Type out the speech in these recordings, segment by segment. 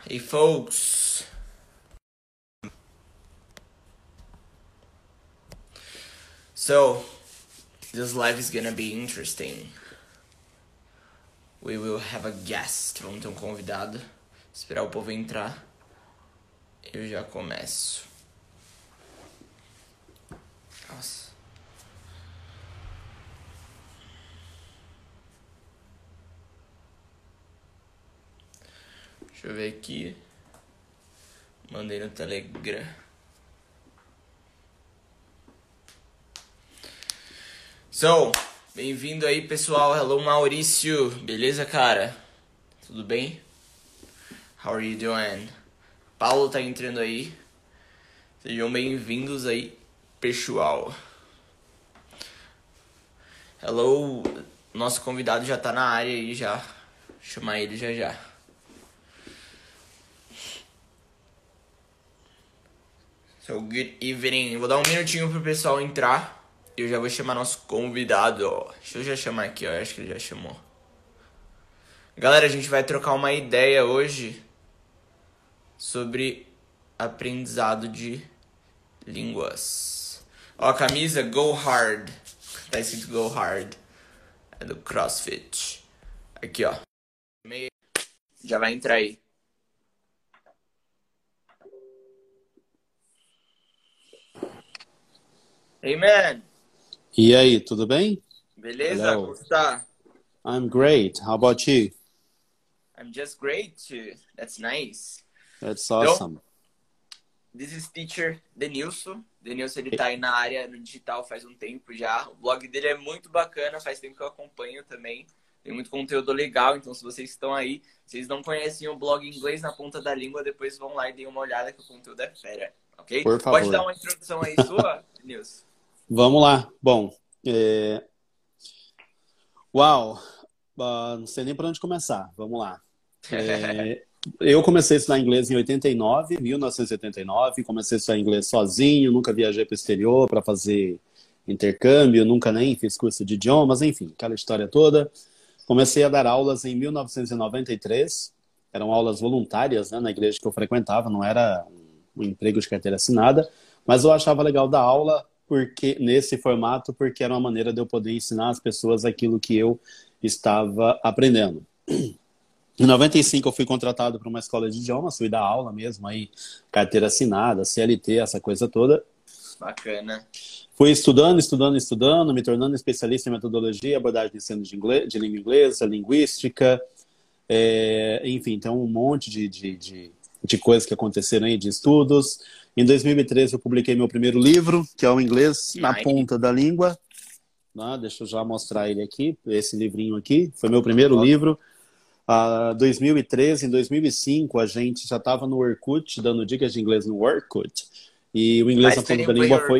Hey folks, so this live is gonna be interesting. We will have a guest, vamos ter um convidado. Esperar o povo entrar. Eu já começo. Nossa. Deixa eu ver aqui. Mandei no Telegram. So, bem-vindo aí, pessoal. Hello, Maurício. Beleza, cara? Tudo bem? How are you doing? Paulo tá entrando aí. Sejam bem-vindos aí, pessoal. Hello, nosso convidado já tá na área aí já. Vou chamar ele já já. So, good evening. Vou dar um minutinho pro pessoal entrar. Eu já vou chamar nosso convidado, ó. Deixa eu já chamar aqui, ó. Eu acho que ele já chamou. Galera, a gente vai trocar uma ideia hoje sobre aprendizado de línguas. Ó, a camisa Go Hard. Tá escrito Go Hard. É do CrossFit. Aqui, ó. Já vai entrar aí. Hey, man. E aí, tudo bem? Beleza? Hello. Como está? I'm great. How about you? I'm just great too. That's nice. That's awesome. This is teacher Denilson. Denilson, ele tá aí na área no digital faz um tempo já. O blog dele é muito bacana, faz tempo que eu acompanho também. Tem muito conteúdo legal, então se vocês estão aí, vocês não conhecem o blog Inglês na Ponta da Língua, depois vão lá e deem uma olhada que o conteúdo é fera, ok? Por favor. Pode dar uma introdução aí sua, Denilson? Vamos lá. Bom, uau, não sei nem por onde começar. Vamos lá. Eu comecei a estudar inglês em 1989. Comecei a estudar inglês sozinho, nunca viajei para o exterior para fazer intercâmbio, nunca nem fiz curso de idiomas, enfim, aquela história toda. Comecei a dar aulas em 1993. Eram aulas voluntárias, né, na igreja que eu frequentava, não era um emprego de carteira assinada, mas eu achava legal dar aula nesse formato, porque era uma maneira de eu poder ensinar as pessoas aquilo que eu estava aprendendo. Em 95 eu fui contratado para uma escola de idiomas, fui dar aula mesmo, aí carteira assinada, CLT, essa coisa toda. Bacana. Fui estudando, me tornando especialista em metodologia, abordagem de ensino de língua inglesa, linguística, enfim, tem um monte de coisas que aconteceram aí, de estudos. Em 2013 eu publiquei meu primeiro livro, que é o Inglês na Ponta da Língua. Deixa eu já mostrar ele aqui, esse livrinho aqui. Foi meu primeiro livro. Em 2005 a gente já estava no Orkut, dando dicas de inglês no Orkut. E o Inglês na Ponta da Língua foi...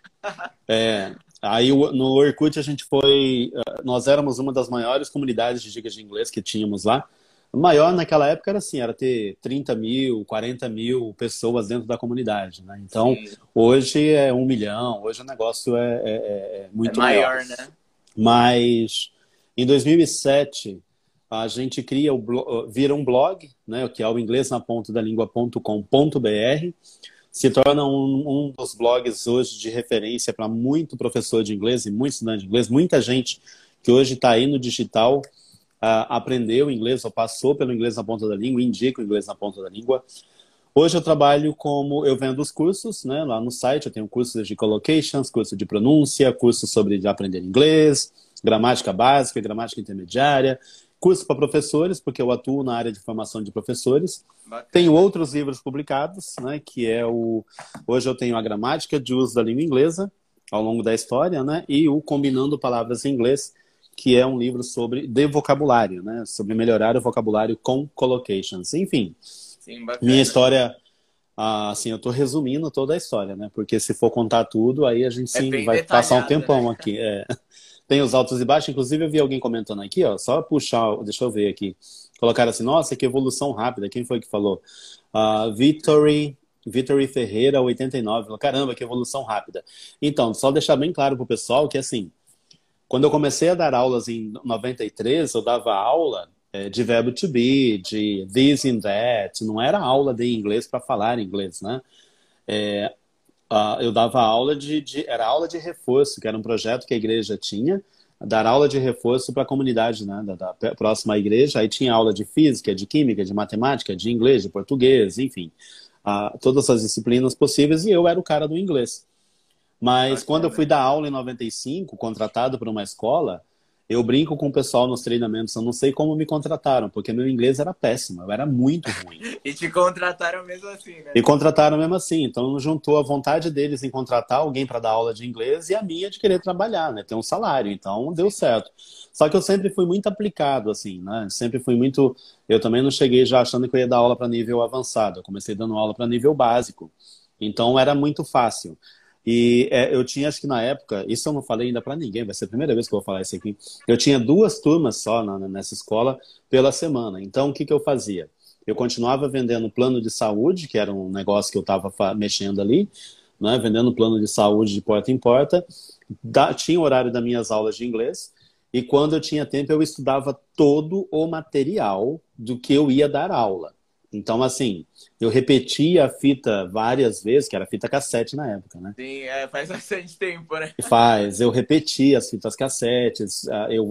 Aí no Orkut a gente foi... Nós éramos uma das maiores comunidades de dicas de inglês que tínhamos lá. O maior naquela época era assim, era ter 30 mil, 40 mil pessoas dentro da comunidade, né? Então, sim, hoje é 1 milhão, hoje o negócio é muito maior, né? Mas em 2007 a gente vira um blog, né, que é o inglesnapontadalingua.com.br. Se torna um dos blogs hoje de referência para muito professor de inglês e muito estudante de inglês. Muita gente que hoje está aí no digital aprendeu inglês ou passou pelo Inglês na Ponta da Língua, indica o Inglês na Ponta da Língua. Hoje eu trabalho eu vendo os cursos, né, lá no site. Eu tenho cursos de collocations, curso de pronúncia, curso sobre aprender inglês, gramática básica, gramática intermediária, curso para professores, porque eu atuo na área de formação de professores. Bacana. Tenho outros livros publicados, né, que hoje eu tenho a gramática de uso da língua inglesa ao longo da história, né, e o Combinando Palavras em Inglês, que é um livro de vocabulário, né, sobre melhorar o vocabulário com collocations. Enfim, sim, minha história, assim, eu estou resumindo toda a história, né, porque se for contar tudo, aí a gente sim vai passar um tempão, né, aqui. Tem os altos e baixos, inclusive eu vi alguém comentando aqui, ó, só puxar, deixa eu ver aqui. Colocaram assim, nossa, que evolução rápida. Quem foi que falou? Victory Ferreira, 89. Falou, caramba, que evolução rápida. Então, só deixar bem claro pro pessoal que, assim, quando eu comecei a dar aulas em 93, eu dava aula de verbo to be, de this and that. Não era aula de inglês para falar inglês, né? Eu dava aula era aula de reforço, que era um projeto que a igreja tinha, dar aula de reforço para a comunidade, né, da próxima igreja. Aí tinha aula de física, de química, de matemática, de inglês, de português, enfim, todas as disciplinas possíveis, e eu era o cara do inglês. Mas quando eu fui dar aula em 95, contratado por uma escola, eu brinco com o pessoal nos treinamentos, eu não sei como me contrataram, porque meu inglês era péssimo, eu era muito ruim. E te contrataram mesmo assim, né? E contrataram mesmo assim, então juntou a vontade deles em contratar alguém para dar aula de inglês e a minha de querer trabalhar, né, ter um salário, então deu certo. Só que eu sempre fui muito aplicado, assim, né, sempre fui muito... Eu também não cheguei já achando que eu ia dar aula para nível avançado, eu comecei dando aula para nível básico, então era muito fácil. E eu tinha, acho que na época, isso eu não falei ainda para ninguém, vai ser a primeira vez que eu vou falar isso aqui, eu tinha 2 turmas só nessa escola pela semana. Então, o que eu fazia? Eu continuava vendendo plano de saúde, que era um negócio que eu estava mexendo ali, né, vendendo plano de saúde de porta em porta, tinha o horário das minhas aulas de inglês, e quando eu tinha tempo eu estudava todo o material do que eu ia dar aula. Então, assim, eu repetia a fita várias vezes, que era fita cassete na época, né? Sim, faz bastante tempo, né? Eu repetia as fitas cassetes,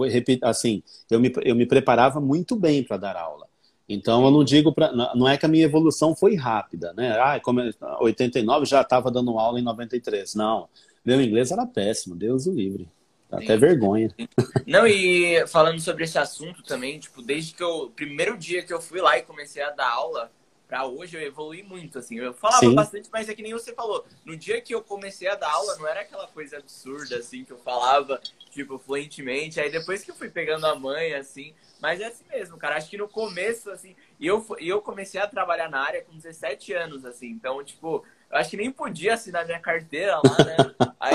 eu me preparava muito bem para dar aula. Então, eu não digo, não é que a minha evolução foi rápida, né? Como em 89 já estava dando aula em 93. Não, meu inglês era péssimo, Deus o livre. Dá até vergonha. Não, e falando sobre esse assunto também, tipo, desde que primeiro dia que eu fui lá e comecei a dar aula, pra hoje eu evolui muito, assim. Eu falava bastante, mas é que nem você falou. No dia que eu comecei a dar aula, não era aquela coisa absurda, assim, que eu falava, tipo, fluentemente. Aí depois que eu fui pegando a manha, assim... Mas é assim mesmo, cara. Acho que no começo, assim... E eu comecei a trabalhar na área com 17 anos, assim. Então, tipo... Eu acho que nem podia assinar minha carteira lá, né? Aí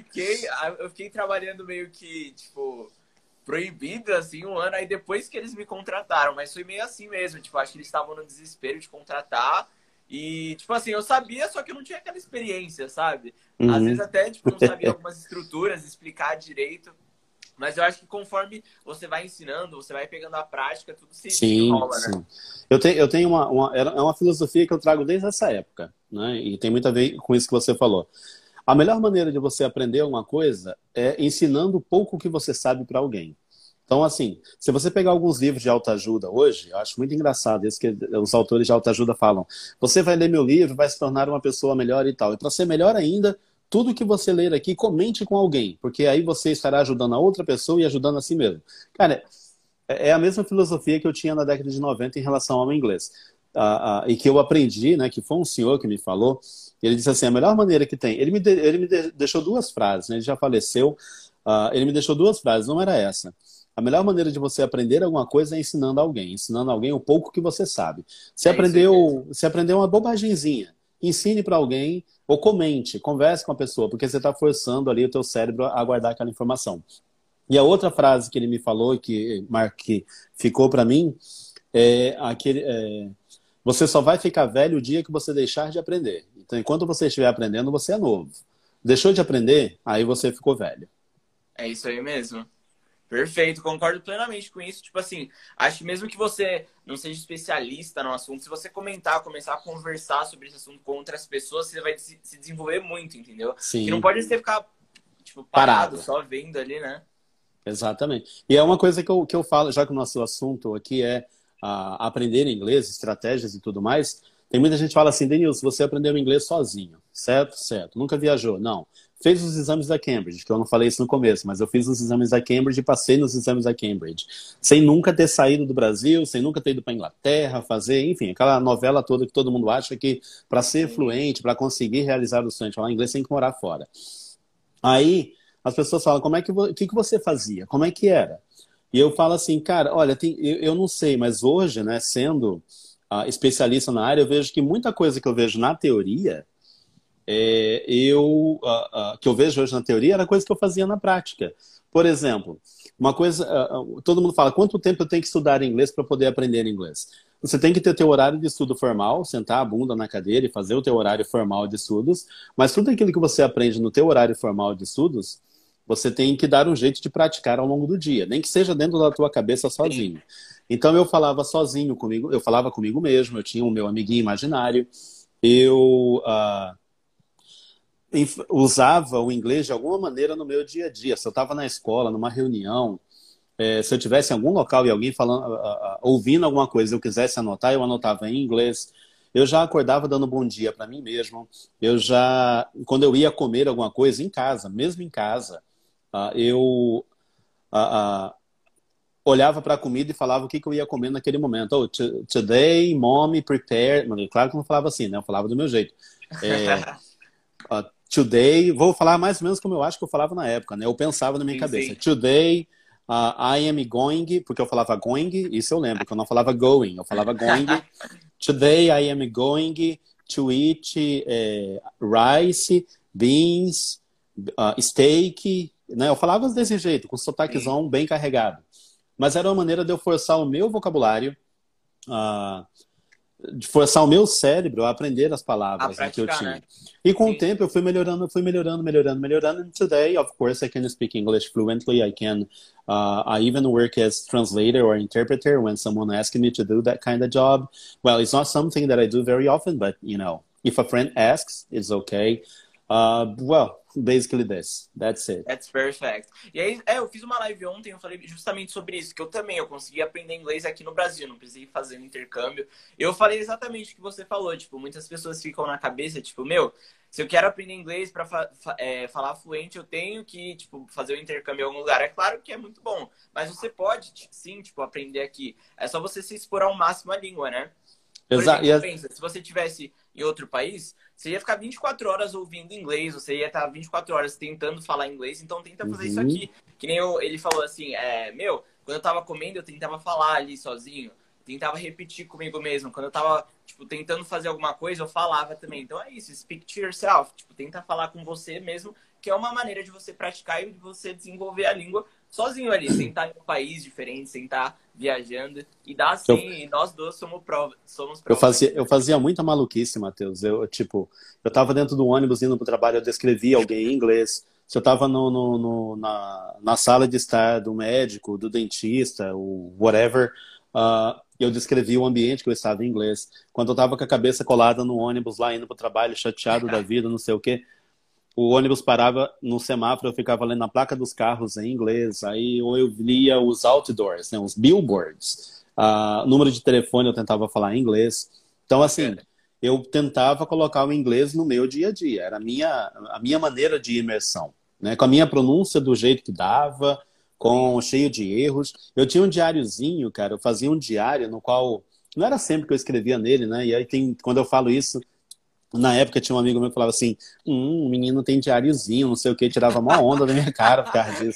eu fiquei trabalhando meio que, tipo... proibido, assim, 1 ano, aí depois que eles me contrataram, mas foi meio assim mesmo, tipo, acho que eles estavam no desespero de contratar, e, tipo assim, eu sabia, só que eu não tinha aquela experiência, sabe? Às vezes até, tipo, não sabia algumas estruturas, explicar direito, mas eu acho que conforme você vai ensinando, você vai pegando a prática, tudo se desenrola, né? Eu tenho é uma filosofia que eu trago desde essa época, né? E tem muito a ver com isso que você falou. A melhor maneira de você aprender alguma coisa é ensinando o pouco que você sabe para alguém. Então, assim, se você pegar alguns livros de autoajuda hoje, eu acho muito engraçado isso que os autores de autoajuda falam. Você vai ler meu livro, vai se tornar uma pessoa melhor e tal. E para ser melhor ainda, tudo que você ler aqui, comente com alguém, porque aí você estará ajudando a outra pessoa e ajudando a si mesmo. Cara, é a mesma filosofia que eu tinha na década de 90 em relação ao inglês. E que eu aprendi, né, que foi um senhor que me falou, ele disse assim, a melhor maneira que tem... Ele me deixou 2 frases, né, ele já faleceu, ele me deixou 2 frases, não era essa. A melhor maneira de você aprender alguma coisa é ensinando alguém o pouco que você sabe. Você aprendeu uma bobagenzinha, ensine para alguém, ou comente, converse com a pessoa, porque você está forçando ali o teu cérebro a guardar aquela informação. E a outra frase que ele me falou, que ficou para mim, você só vai ficar velho o dia que você deixar de aprender. Então, enquanto você estiver aprendendo, você é novo. Deixou de aprender, aí você ficou velho. É isso aí mesmo. Perfeito, concordo plenamente com isso. Tipo assim, acho que mesmo que você não seja especialista no assunto, se você começar a conversar sobre esse assunto com outras pessoas, você vai se desenvolver muito, entendeu? Sim. Que não pode ser ficar, tipo, parado, só vendo ali, né? Exatamente. E é uma coisa que eu falo, já que o nosso assunto aqui é aprender inglês, estratégias e tudo mais, tem muita gente que fala assim, Denilson, você aprendeu inglês sozinho, certo? Certo. Nunca viajou? Não. Fez os exames da Cambridge, que eu não falei isso no começo, mas eu fiz os exames da Cambridge e passei nos exames da Cambridge. Sem nunca ter saído do Brasil, sem nunca ter ido para a Inglaterra, fazer, enfim, aquela novela toda que todo mundo acha que para ser fluente, para conseguir realizar o sonho de falar inglês, tem que morar fora. Aí, as pessoas falam, o que você fazia? Como é que era? E eu falo assim, cara, olha, eu não sei, mas hoje, né, sendo especialista na área, eu vejo que muita coisa que eu vejo na teoria, que eu vejo hoje na teoria, era coisa que eu fazia na prática. Por exemplo, uma coisa, todo mundo fala, quanto tempo eu tenho que estudar inglês para poder aprender inglês? Você tem que ter teu horário de estudo formal, sentar a bunda na cadeira e fazer o teu horário formal de estudos, mas tudo aquilo que você aprende no teu horário formal de estudos, você tem que dar um jeito de praticar ao longo do dia, nem que seja dentro da tua cabeça Sim, sozinho. Então eu falava sozinho comigo, eu falava comigo mesmo, eu tinha o meu amiguinho imaginário, eu usava o inglês de alguma maneira no meu dia a dia. Se eu estava na escola, numa reunião, se eu tivesse em algum local e alguém falando, ouvindo alguma coisa, eu quisesse anotar, eu anotava em inglês. Eu já acordava dando bom dia para mim mesmo. Quando eu ia comer alguma coisa em casa, mesmo em casa, eu ah, ah, olhava para a comida e falava o que, que eu ia comer naquele momento. Oh, today, mommy prepared. Claro que eu não falava assim, né? Eu falava do meu jeito. É, today, vou falar mais ou menos como eu acho que eu falava na época, né? Eu pensava na minha sim, cabeça. sim. Today, I am going, porque eu falava going, isso eu lembro, que eu não falava going, eu falava going. Today I am going to eat rice, beans, steak, né? Eu falava desse jeito, com Sim. sotaquezão bem carregado. Mas era uma maneira de eu forçar o meu vocabulário, uh, de forçar o meu cérebro a aprender as A palavras, né, que eu praticar, tinha. né? E com o Sim. tempo eu fui melhorando, fui melhorando, melhorando, melhorando. And today, of course, I can speak English fluently. I even work as translator or interpreter when someone asks me to do that kind of job. Well, it's not something that I do very often, but you know, if a friend asks, it's okay. Well, basically this. That's it. That's perfect. E aí, eu fiz uma live ontem, eu falei justamente sobre isso, que eu consegui aprender inglês aqui no Brasil, não precisei fazer um intercâmbio. Eu falei exatamente o que você falou, tipo, muitas pessoas ficam na cabeça, tipo, meu, se eu quero aprender inglês para falar fluente, eu tenho que, tipo, fazer um intercâmbio em algum lugar. É claro que é muito bom, mas você pode, sim, tipo, aprender aqui. É só você se expor ao máximo à língua, né? Por Exato. exemplo, pensa, se você tivesse em outro país, você ia ficar 24 horas ouvindo inglês, você ia estar 24 horas tentando falar inglês, então tenta fazer isso Uhum. aqui. Que nem ele falou assim, meu, quando eu tava comendo, eu tentava falar ali sozinho, tentava repetir comigo mesmo. Quando eu tava, tipo, tentando fazer alguma coisa, eu falava também. Então é isso, speak to yourself, tipo, tenta falar com você mesmo, que é uma maneira de você praticar e de você desenvolver a língua sozinho ali, sem estar em um país diferente, sem estar viajando. E dá Eu, sim, e nós dois somos Eu prova fazia, disso. eu fazia muita maluquice, Matheus. Eu tava dentro do ônibus indo pro trabalho, eu descrevia alguém em inglês. Se eu tava na sala de estar do médico, do dentista, o whatever, eu descrevia o ambiente que eu estava em inglês. Quando eu tava com a cabeça colada no ônibus lá, indo pro trabalho, chateado da vida, não sei o quê, o ônibus parava no semáforo, eu ficava lendo a placa dos carros em inglês, aí ou eu lia os outdoors, né, os billboards, número de telefone eu tentava falar em inglês. Então, assim, Bacana. eu tentava colocar o inglês no meu dia a dia, era a minha maneira de imersão, né, com a minha pronúncia do jeito que dava, Sim. com cheio de erros. Eu tinha um diáriozinho, cara, eu fazia um diário no qual, não era sempre que eu escrevia nele, né, e aí quando eu falo isso, na época tinha um amigo meu que falava assim, o menino tem diáriozinho, não sei o que, tirava uma onda da minha cara por causa disso.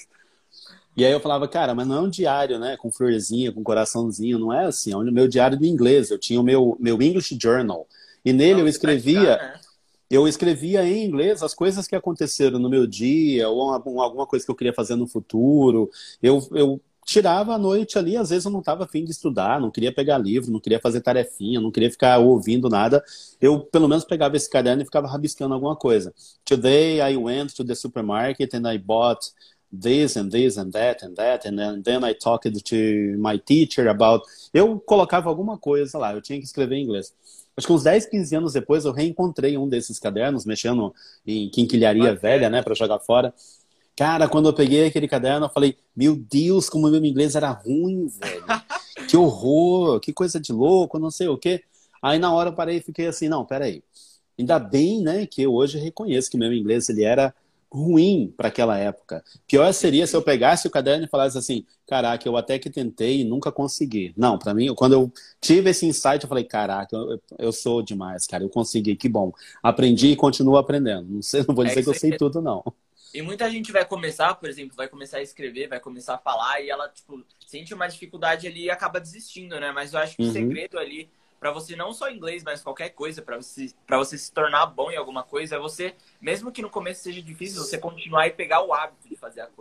E aí eu falava, cara, mas não é um diário, né, com florzinha, com coraçãozinho, não é assim, é o meu diário do inglês, eu tinha o meu English Journal, e nele Pra você praticar, né? eu escrevia em inglês as coisas que aconteceram no meu dia, ou alguma coisa que eu queria fazer no futuro. Eu tirava a noite ali, às vezes eu não estava afim de estudar, não queria pegar livro, não queria fazer tarefinha, não queria ficar ouvindo nada. Eu, pelo menos, pegava esse caderno e ficava rabiscando alguma coisa. Today I went to the supermarket and I bought this and this and that and that, and then I talked to my teacher about... Eu colocava alguma coisa lá, eu tinha que escrever em inglês. Acho que uns 10, 15 anos depois eu reencontrei um desses cadernos, mexendo em quinquilharia velha, né, Bacana. para jogar fora. Cara, quando eu peguei aquele caderno, eu falei, meu Deus, como o meu inglês era ruim, velho. Que horror, que coisa de louco, não sei o quê. Aí na hora eu parei e fiquei assim, não, peraí. Ainda bem, né, que eu hoje reconheço que meu inglês ele era ruim para aquela época. Pior Sim, seria se eu sim. pegasse o caderno e falasse assim, caraca, eu até que tentei e nunca consegui. Não, para mim, quando eu tive esse insight, eu falei, caraca, eu sou demais, cara, eu consegui, que bom. Aprendi e continuo aprendendo. Não sei, não vou É dizer que isso eu aí sei mesmo. tudo, não. E muita gente vai começar, por exemplo, vai começar a escrever, vai começar a falar e ela, tipo, sente uma dificuldade ali e acaba desistindo, né? Mas eu acho que o Uhum. segredo ali, pra você não só inglês, mas qualquer coisa, pra você se tornar bom em alguma coisa, é você, mesmo que no começo seja difícil, você continuar e pegar o hábito de fazer a coisa.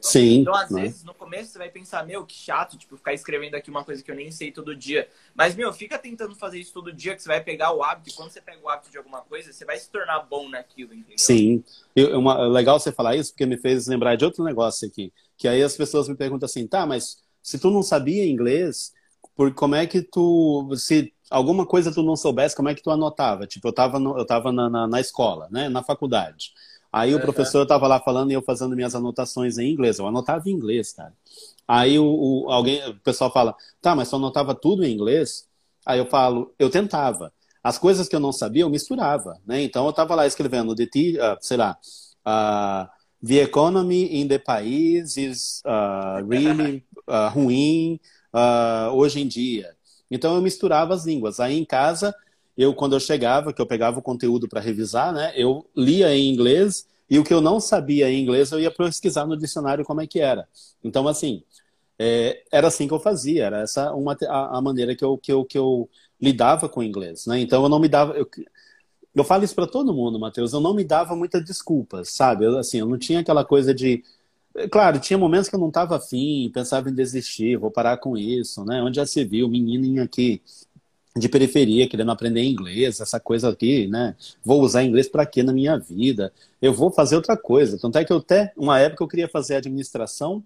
Sim, Então, às né? vezes, no começo você vai pensar, meu, que chato, tipo, ficar escrevendo aqui uma coisa que eu nem sei todo dia. Mas, meu, fica tentando fazer isso todo dia, que você vai pegar o hábito, e quando você pega o hábito de alguma coisa, você vai se tornar bom naquilo, entendeu? Sim. Legal você falar isso, porque me fez lembrar de outro negócio aqui. Que aí as pessoas me perguntam assim, tá, mas se tu não sabia inglês, como é que tu, se alguma coisa tu não soubesse, como é que tu anotava? Tipo, eu tava na escola, né, na faculdade. Aí o Aham. professor tava lá falando e eu fazendo minhas anotações em inglês. Eu anotava em inglês, cara. Aí o pessoal fala, tá, mas tu anotava tudo em inglês? Aí eu falo, eu tentava. As coisas que eu não sabia, eu misturava, né? Então eu estava lá escrevendo sei lá, uh, the economy in the país is really ruim hoje em dia. Então eu misturava as línguas. Aí em casa, quando eu chegava, que eu pegava o conteúdo para revisar, né? Eu lia em inglês e o que eu não sabia em inglês eu ia pesquisar no dicionário como é que era. Então assim, era assim que eu fazia, era essa a maneira que eu lidava com o inglês, né? Então eu não me dava. Eu falo isso para todo mundo, Matheus, eu não me dava muitas desculpas, sabe? Assim, eu não tinha aquela coisa de. Claro, tinha momentos que eu não estava afim, pensava em desistir, vou parar com isso, né? Onde já se viu, menininho aqui de periferia querendo aprender inglês, essa coisa aqui, né? Vou usar inglês para quê na minha vida? Eu vou fazer outra coisa. Tanto é que eu até, uma época, eu queria fazer administração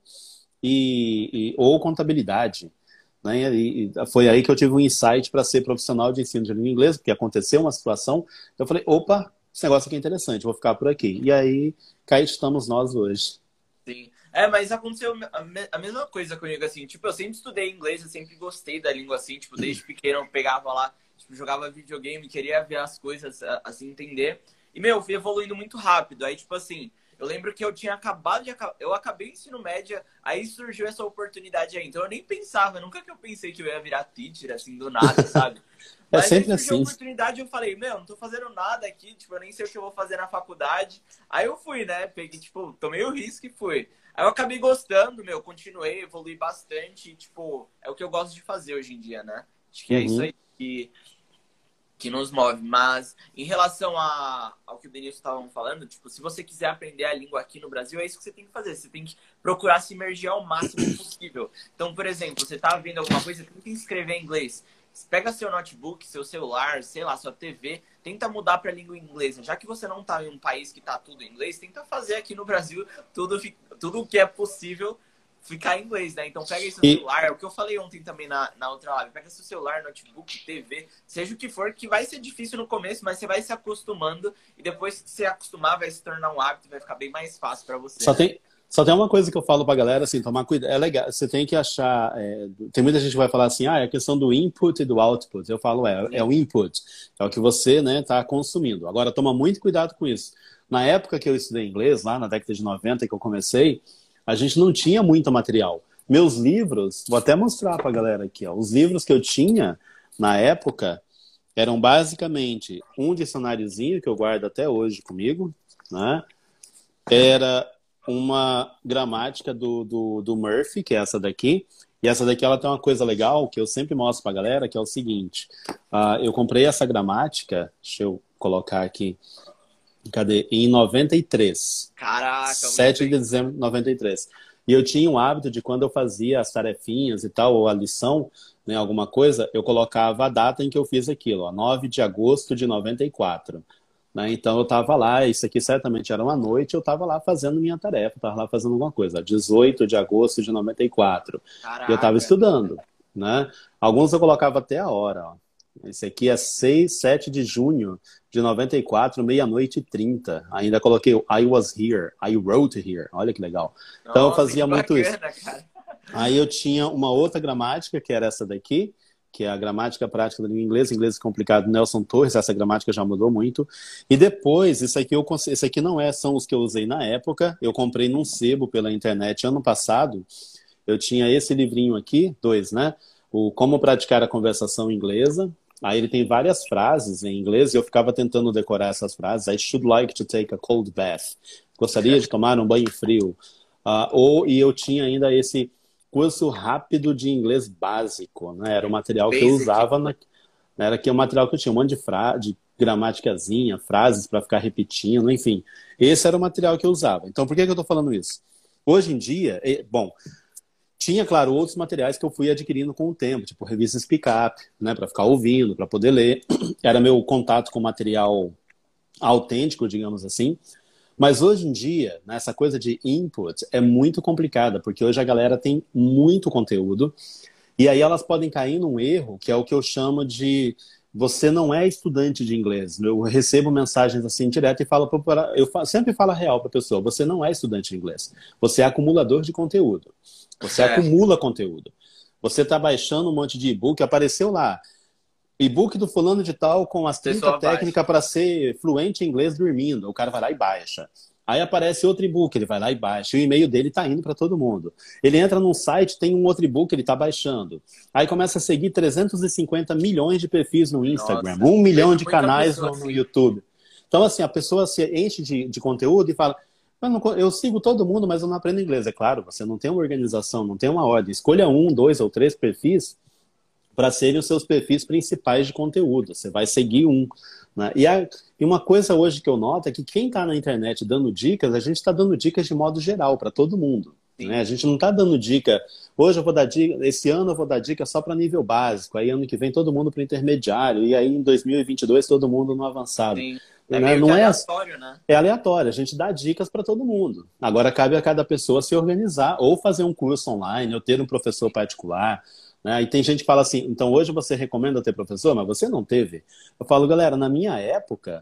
ou contabilidade. Né? E foi aí que eu tive um insight para ser profissional de ensino de língua inglesa, porque aconteceu uma situação, eu falei, opa, esse negócio aqui é interessante, vou ficar por aqui. E aí, cá estamos nós hoje. Sim. É, mas aconteceu a mesma coisa comigo, assim. Tipo, eu sempre estudei inglês, eu sempre gostei da língua, assim. Tipo, desde pequeno eu pegava lá, tipo, jogava videogame, queria ver as coisas, assim, entender. E, meu, eu fui evoluindo muito rápido. Aí, tipo assim, eu lembro que eu tinha acabado de... Eu acabei o ensino médio, aí surgiu essa oportunidade aí. Então, eu nem pensava, nunca que eu pensei que eu ia virar teacher, assim, do nada, sabe? É Mas aí sempre surgiu a assim. oportunidade e eu falei, meu, não tô fazendo nada aqui, tipo, eu nem sei o que eu vou fazer na faculdade. Aí eu fui, né? Peguei, tipo, tomei o risco e fui. Aí eu acabei gostando, meu, continuei, evolui bastante, e, tipo, é o que eu gosto de fazer hoje em dia, né? Acho que é isso Uhum. aí que nos move. Mas em relação ao que o Denilson estavam falando, tipo, se você quiser aprender a língua aqui no Brasil, é isso que você tem que fazer. Você tem que procurar se imergir ao máximo possível. Então, por exemplo, você tá vendo alguma coisa, tenta escrever em inglês. Pega seu notebook, seu celular, sei lá, sua TV, tenta mudar para a língua inglesa. Já que você não está em um país que está tudo em inglês, tenta fazer aqui no Brasil tudo o que é possível ficar em inglês, né? Então pega aí seu E, celular, é o que eu falei ontem também na outra live, pega seu celular, notebook, TV, seja o que for, que vai ser difícil no começo, mas você vai se acostumando e depois que você acostumar vai se tornar um hábito, vai ficar bem mais fácil para você, só né? tem, só tem uma coisa que eu falo pra galera, assim, tomar cuidado. É legal, você tem que achar. Tem muita gente que vai falar assim, é a questão do input e do output. Eu falo, é Sim. o input, é o que você, né, tá consumindo. Agora, toma muito cuidado com isso. Na época que eu estudei inglês, lá na década de 90 que eu comecei, a gente não tinha muito material. Meus livros, vou até mostrar pra galera aqui, ó. Os livros que eu tinha na época eram basicamente um dicionáriozinho que eu guardo até hoje comigo, né? Era uma gramática do Murphy, que é essa daqui. E essa daqui ela tem uma coisa legal que eu sempre mostro pra galera, que é o seguinte. Eu comprei essa gramática, deixa eu colocar aqui, cadê? Em 93. Caraca, muito 7 de tempo. dezembro de 93. E eu tinha o hábito de quando eu fazia as tarefinhas e tal, ou a lição, né, alguma coisa, eu colocava a data em que eu fiz aquilo, ó, 9 de agosto de 94. Né? Então eu estava lá, isso aqui certamente era uma noite, eu estava lá fazendo minha tarefa, estava lá fazendo alguma coisa, 18 de agosto de 94. E eu estava Caraca. estudando, né? Alguns eu colocava até a hora, ó. Esse aqui é 7 de junho de 94, meia-noite e 30. Ainda coloquei I was here, I wrote here. Olha que legal. Então eu Nossa, que fazia muito isso. bacana, cara. Aí eu tinha uma outra gramática, que era essa daqui, que é a gramática prática da língua inglesa, inglês complicado, Nelson Torres, essa gramática já mudou muito. E depois, esse aqui não são os que eu usei na época, eu comprei num sebo pela internet ano passado, eu tinha esse livrinho aqui, dois, né? O Como Praticar a Conversação Inglesa. Aí ele tem várias frases em inglês e eu ficava tentando decorar essas frases. I should like to take a cold bath. Gostaria de tomar um banho frio. E eu tinha ainda esse curso rápido de inglês básico, né? Era o material que eu Basic. usava, era que o material que eu tinha um monte de gramaticazinha, frases para ficar repetindo, enfim. Esse era o material que eu usava. Então, por que eu estou falando isso? Hoje em dia, bom, tinha, claro, outros materiais que eu fui adquirindo com o tempo, tipo revistas pick-up, né, para ficar ouvindo, para poder ler. Era meu contato com material autêntico, digamos assim. Mas hoje em dia, né, essa coisa de input é muito complicada, porque hoje a galera tem muito conteúdo, e aí elas podem cair num erro, que é o que eu chamo de você não é estudante de inglês. Eu recebo mensagens assim direto e falo, sempre falo a real para a pessoa, você não é estudante de inglês, você é acumulador de conteúdo. Você acumula conteúdo. Você está baixando um monte de e-book, apareceu lá, e-book do fulano de tal com as 30 técnicas para ser fluente em inglês dormindo. O cara vai lá e baixa. Aí aparece outro e-book, ele vai lá e baixa. E o e-mail dele está indo para todo mundo. Ele entra num site, tem um outro e-book, ele está baixando. Aí começa a seguir 350 milhões de perfis no Instagram, Nossa, 1 milhão de canais no assim. YouTube. Então, assim, a pessoa se enche de conteúdo e fala, eu sigo todo mundo, mas eu não aprendo inglês. É claro, você não tem uma organização, não tem uma ordem. Escolha 1, 2 ou 3 perfis para serem os seus perfis principais de conteúdo. Você vai seguir um. Né? E uma coisa hoje que eu noto é que quem está na internet dando dicas, a gente está dando dicas de modo geral para todo mundo. Né? A gente não está dando dica, hoje eu vou dar dica, esse ano eu vou dar dica só para nível básico, aí ano que vem todo mundo para intermediário, e aí em 2022 todo mundo no avançado. Sim. É meio não que é aleatório, né? É aleatório, a gente dá dicas para todo mundo. Agora cabe a cada pessoa se organizar, ou fazer um curso online, ou ter um professor particular. Né? E tem gente que fala assim, então hoje você recomenda ter professor, mas você não teve. Eu falo, galera, na minha época,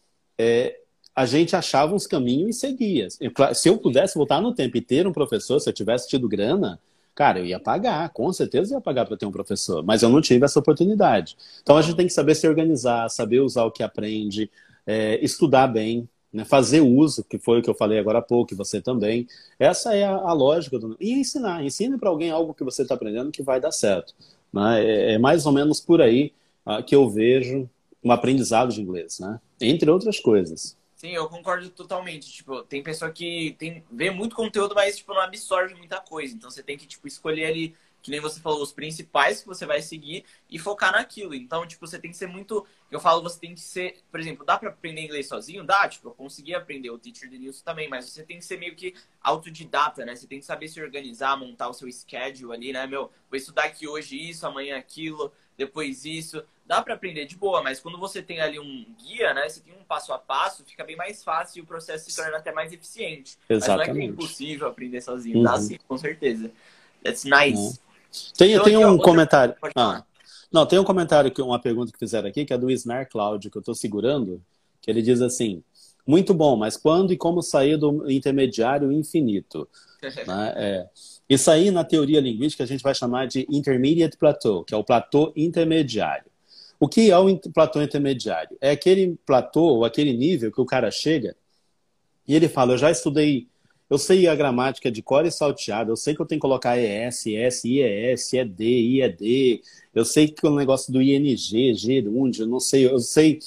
a gente achava uns caminhos e seguia. Se eu pudesse voltar no tempo e ter um professor, se eu tivesse tido grana, cara, eu ia pagar, com certeza eu ia pagar para ter um professor, mas eu não tive essa oportunidade. Então a gente tem que saber se organizar, saber usar o que aprende, estudar bem, né? Fazer uso, que foi o que eu falei agora há pouco, e você também. Essa é a lógica. E ensinar. Ensine para alguém algo que você está aprendendo que vai dar certo. Né? É mais ou menos por aí que eu vejo um aprendizado de inglês, né? Entre outras coisas. Sim, eu concordo totalmente. Tipo, tem pessoa que vê muito conteúdo, mas tipo, não absorve muita coisa. Então você tem que tipo, escolher ali, que nem você falou, os principais que você vai seguir e focar naquilo. Então, tipo, você tem que ser muito. Eu falo, você tem que ser. Por exemplo, dá pra aprender inglês sozinho? Dá, tipo, eu consegui aprender o Teacher Denilson também, mas você tem que ser meio que autodidata, né? Você tem que saber se organizar, montar o seu schedule ali, né? Vou estudar aqui hoje isso, amanhã aquilo, depois isso. Dá para aprender de boa, mas quando você tem ali um guia, né? Você tem um passo a passo, fica bem mais fácil e o processo se torna até mais eficiente. Exatamente. Mas não é que é impossível aprender sozinho, dá sim, com certeza. That's nice. Tem um comentário. Não, tem um comentário, uma pergunta que fizeram aqui, que é do Isnar Cláudio, que eu estou segurando, que ele diz assim, muito bom, mas quando e como sair do intermediário infinito? Né? Isso aí, na teoria linguística, a gente vai chamar de intermediate plateau, que é o platô intermediário. O que é o platô intermediário? É aquele platô, ou aquele nível que o cara chega e ele fala, eu já estudei, eu sei a gramática de cor e salteado, eu sei que eu tenho que colocar ES, ES, IES, ED, IED, eu sei que o negócio do ING, gerúndio, eu não sei, eu sei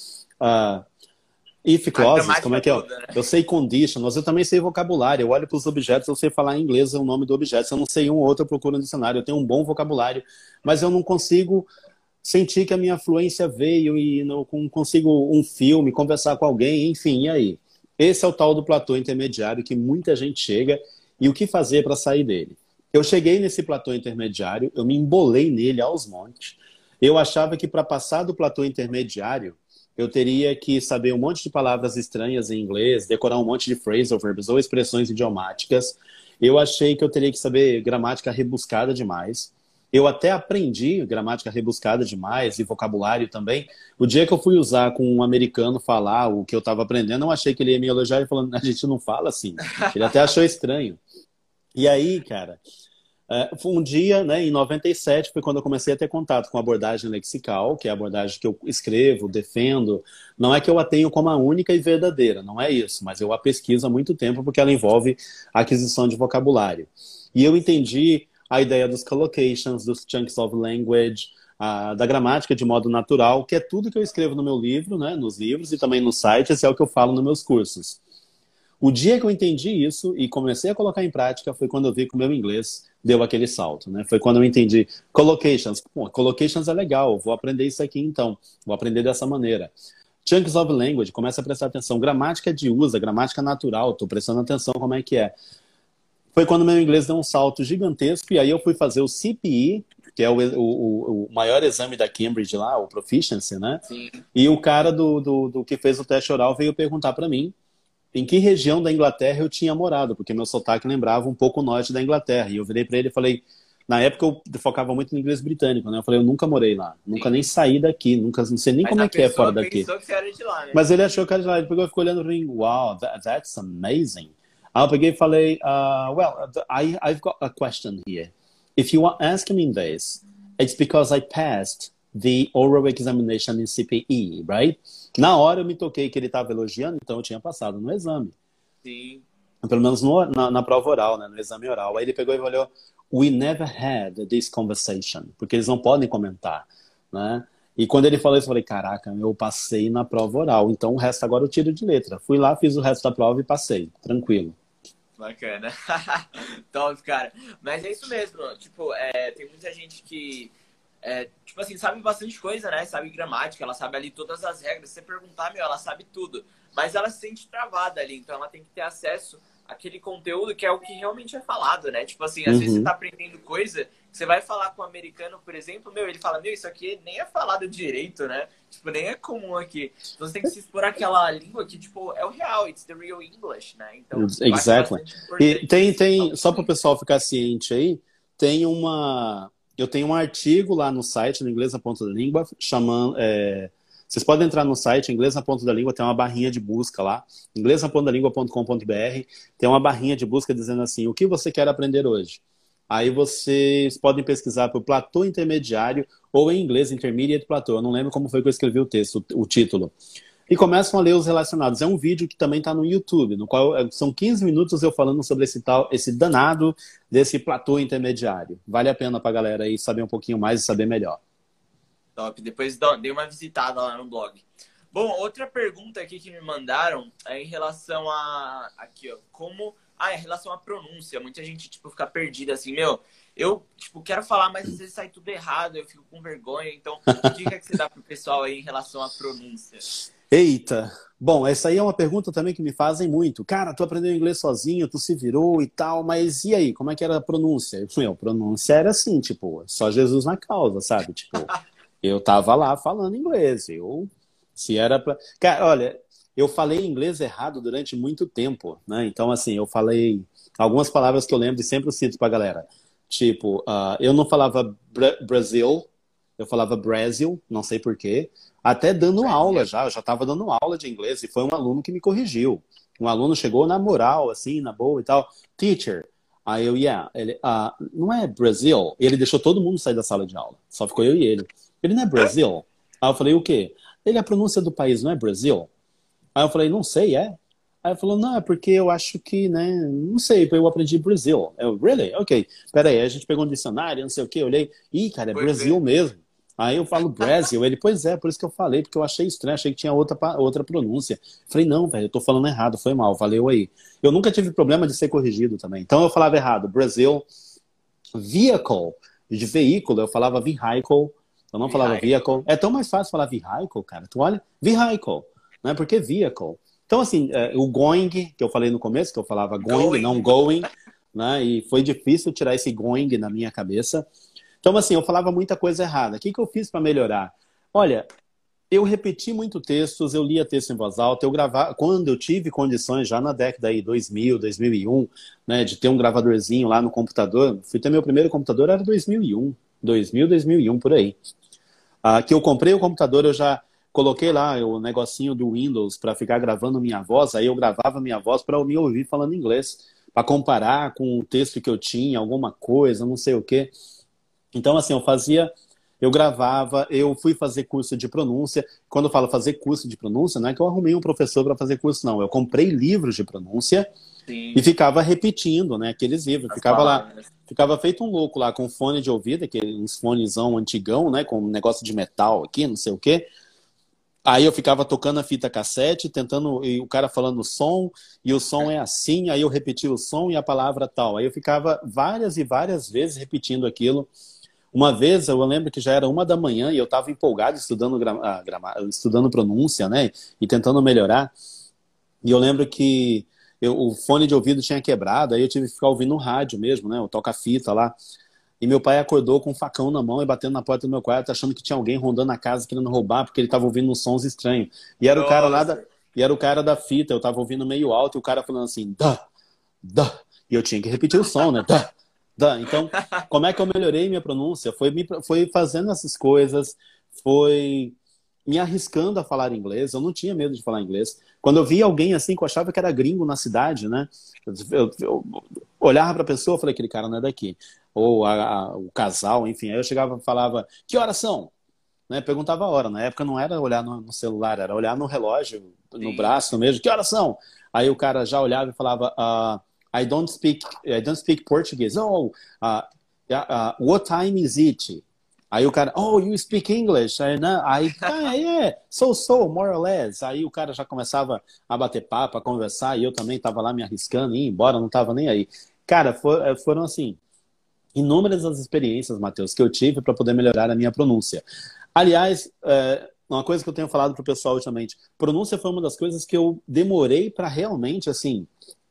if clauses, como é que é? Toda, né? Eu sei conditionals, eu também sei vocabulário, eu olho para os objetos, eu sei falar em inglês o nome do objeto, se eu não sei um ou outro, eu procuro no dicionário, eu tenho um bom vocabulário, mas eu não consigo sentir que a minha fluência veio e não consigo um filme, conversar com alguém, enfim, e aí? Esse é o tal do platô intermediário que muita gente chega e o que fazer para sair dele? Eu cheguei nesse platô intermediário, eu me embolei nele aos montes. Eu achava que para passar do platô intermediário, eu teria que saber um monte de palavras estranhas em inglês, decorar um monte de phrasal verbs ou expressões idiomáticas. Eu achei que eu teria que saber gramática rebuscada demais. Eu até aprendi gramática rebuscada demais e vocabulário também. O dia que eu fui usar com um americano falar o que eu estava aprendendo, eu achei que ele ia me elogiar e falando, a gente não fala assim. Ele até achou estranho. E aí, cara, foi um dia, né, em 97, foi quando eu comecei a ter contato com a abordagem lexical, que é a abordagem que eu escrevo, defendo. Não é que eu a tenho como a única e verdadeira, não é isso, mas eu a pesquiso há muito tempo porque ela envolve a aquisição de vocabulário. E eu entendi a ideia dos collocations, dos chunks of language, da gramática de modo natural, que é tudo que eu escrevo no meu livro, né, nos livros e também nos sites, é o que eu falo nos meus cursos. O dia que eu entendi isso e comecei a colocar em prática foi quando eu vi que o meu inglês deu aquele salto, né? Foi quando eu entendi collocations. Pô, collocations é legal, vou aprender isso aqui então, vou aprender dessa maneira. Chunks of language, começa a prestar atenção. Gramática de uso, gramática natural, estou prestando atenção como é que é. foi quando meu inglês deu um salto gigantesco, e aí eu fui fazer o CPE, que é o maior exame da Cambridge lá, o Proficiency, né? Sim. E o cara do que fez o teste oral veio perguntar para mim em que região da Inglaterra eu tinha morado, porque meu sotaque lembrava um pouco o norte da Inglaterra. E eu virei para ele e falei, na época eu focava muito no inglês britânico, né? Eu falei, eu nunca morei lá, nunca Sim. nem saí daqui, nunca, não sei nem Mas como a é que é fora pessoa daqui. pensou que você era de lá, né? Mas ele achou que era de lá, ele pegou e ficou olhando para mim, wow, that's amazing. Aí eu peguei e falei, well, I've got a question here. If you are asking me this, it's because I passed the oral examination in CPE, right? Na hora eu me toquei que ele estava elogiando, então eu tinha passado no exame. Sim. Pelo menos na prova oral, né, no exame oral. Aí ele pegou e falou, we never had this conversation, porque eles não podem comentar, né? E quando ele falou isso, eu falei, caraca, eu passei na prova oral, então o resto agora eu tiro de letra. Fui lá, fiz o resto da prova e passei, tranquilo. Bacana. Top, cara. Mas é isso mesmo. Tipo, tem muita gente que, tipo assim, sabe bastante coisa, né? Sabe gramática, ela sabe ali todas as regras. Se você perguntar, meu, ela sabe tudo. Mas ela se sente travada ali. Então ela tem que ter acesso àquele conteúdo que é o que realmente é falado, né? Tipo assim, às vezes você tá aprendendo coisa, você vai falar com um americano, por exemplo, meu, ele fala, meu, isso aqui nem é falado direito, né? Tipo, nem é comum aqui. Então você tem que se expor àquela língua que, tipo, é o real, it's the real English, né? Então, eu acho Exactly. bastante E importante tem, só para o pessoal ficar ciente aí, eu tenho um artigo lá no site, no Inglês na Ponta da Língua, chamando, vocês podem entrar no site, Inglês na Ponta da Língua, tem uma barrinha de busca lá, inglesnapontadalingua.com.br, tem uma barrinha de busca dizendo assim, o que você quer aprender hoje? Aí vocês podem pesquisar por platô intermediário ou em inglês intermediate platô. Eu não lembro como foi que eu escrevi o texto, o título. E começam a ler os relacionados. É um vídeo que também está no YouTube, no qual são 15 minutos eu falando sobre esse danado desse platô intermediário. Vale a pena para a galera aí saber um pouquinho mais e saber melhor. Top. Depois dei uma visitada lá no blog. Bom, outra pergunta aqui que me mandaram é em relação a... Aqui, ó. Como... em relação à pronúncia. Muita gente, tipo, fica perdida assim. Meu, eu, tipo, quero falar, mas às vezes sai tudo errado. Eu fico com vergonha. Então, que dica que você dá pro pessoal aí em relação à pronúncia? Eita! Bom, essa aí é uma pergunta também que me fazem muito. Cara, tu aprendeu inglês sozinho, tu se virou e tal, mas e aí? Como é que era a pronúncia? Meu, pronúncia era assim, tipo, só Jesus na causa, sabe? Tipo, eu tava lá falando inglês. Se era pra... Cara, olha, eu falei inglês errado durante muito tempo, né? Então, assim, eu falei algumas palavras que eu lembro e sempre eu cito pra galera. Tipo, eu não falava Brasil, eu falava Brasil, não sei porquê. Até dando aula eu já estava dando aula de inglês e foi um aluno que me corrigiu. Um aluno chegou na moral, assim, na boa e tal. Teacher, aí eu, ele, não é Brasil? E ele deixou todo mundo sair da sala de aula. Só ficou eu e ele. Ele não é Brasil? Aí eu falei, o quê? Ele, a pronúncia do país não é Brasil? Aí eu falei, não sei, é? Aí ele falou, não, é porque eu acho que, né, não sei, eu aprendi Brasil. Eu, really? Ok. Peraí, a gente pegou um dicionário, não sei o quê, eu olhei, cara, é Brasil mesmo. Aí eu falo Brasil, ele, pois é, por isso que eu falei, porque eu achei estranho, achei que tinha outra pronúncia. Falei, não, velho, eu tô falando errado, foi mal, valeu aí. Eu nunca tive problema de ser corrigido também. Então eu falava errado, Brasil, vehicle, de veículo, eu falava vehicle, eu não falava vehicle. É tão mais fácil falar vehicle, cara, tu olha, vehicle, né, porque vehicle. Então assim, o going, que eu falei no começo, que eu falava going. Não going, né, e foi difícil tirar esse going na minha cabeça. Então, assim, eu falava muita coisa errada. O que eu fiz para melhorar? Olha, eu repeti muito textos, eu lia texto em voz alta, eu gravava, quando eu tive condições, já na década aí, 2000, 2001, né, de ter um gravadorzinho lá no computador, fui ter meu primeiro computador, era 2001, 2001, por aí. Que eu comprei o computador, eu já coloquei lá o negocinho do Windows para ficar gravando minha voz, aí eu gravava minha voz para me ouvir falando inglês, para comparar com o texto que eu tinha, alguma coisa, não sei o quê. Então, assim, eu gravava, eu fui fazer curso de pronúncia. Quando eu falo fazer curso de pronúncia, não é que eu arrumei um professor para fazer curso, não. Eu comprei livros de pronúncia. Sim. E ficava repetindo, né, aqueles livros. Ficava lá, ficava feito um louco lá com fone de ouvido, uns fonezão antigão, né, com um negócio de metal aqui, não sei o quê. Aí eu ficava tocando a fita cassete, tentando, e o cara falando o som, e o som é assim, aí eu repetia o som e a palavra tal. Aí eu ficava várias e várias vezes repetindo aquilo. Uma vez, eu lembro que já era 1 da manhã e eu estava empolgado estudando pronúncia, né? E tentando melhorar. E eu lembro que o fone de ouvido tinha quebrado, aí eu tive que ficar ouvindo no rádio mesmo, né? O toca-fita lá. E meu pai acordou com um facão na mão e batendo na porta do meu quarto, achando que tinha alguém rondando a casa querendo roubar, porque ele tava ouvindo uns sons estranhos. E era o cara lá Nossa. e era o cara da fita, eu tava ouvindo meio alto e o cara falando assim, dá, dá. E eu tinha que repetir o som, né? Dá, dá. Então, como é que eu melhorei minha pronúncia? Foi fazendo essas coisas, foi me arriscando a falar inglês. Eu não tinha medo de falar inglês. Quando eu via alguém assim que eu achava que era gringo na cidade, né? Eu olhava para a pessoa e falei, aquele cara não é daqui. Ou o casal, enfim. Aí eu chegava e falava, que horas são? Né? Perguntava a hora. Na época não era olhar no celular, era olhar no relógio, no Sim. braço mesmo. Que horas são? Aí o cara já olhava e falava, I don't speak Portuguese. Oh, what time is it? Aí o cara, oh, you speak English? Yeah, more or less. Aí o cara já começava a bater papo, a conversar, e eu também tava lá me arriscando, e ir embora, não tava nem aí. Cara, foram assim, inúmeras as experiências, Matheus, que eu tive para poder melhorar a minha pronúncia. Aliás, uma coisa que eu tenho falado pro pessoal ultimamente, pronúncia foi uma das coisas que eu demorei para realmente, assim,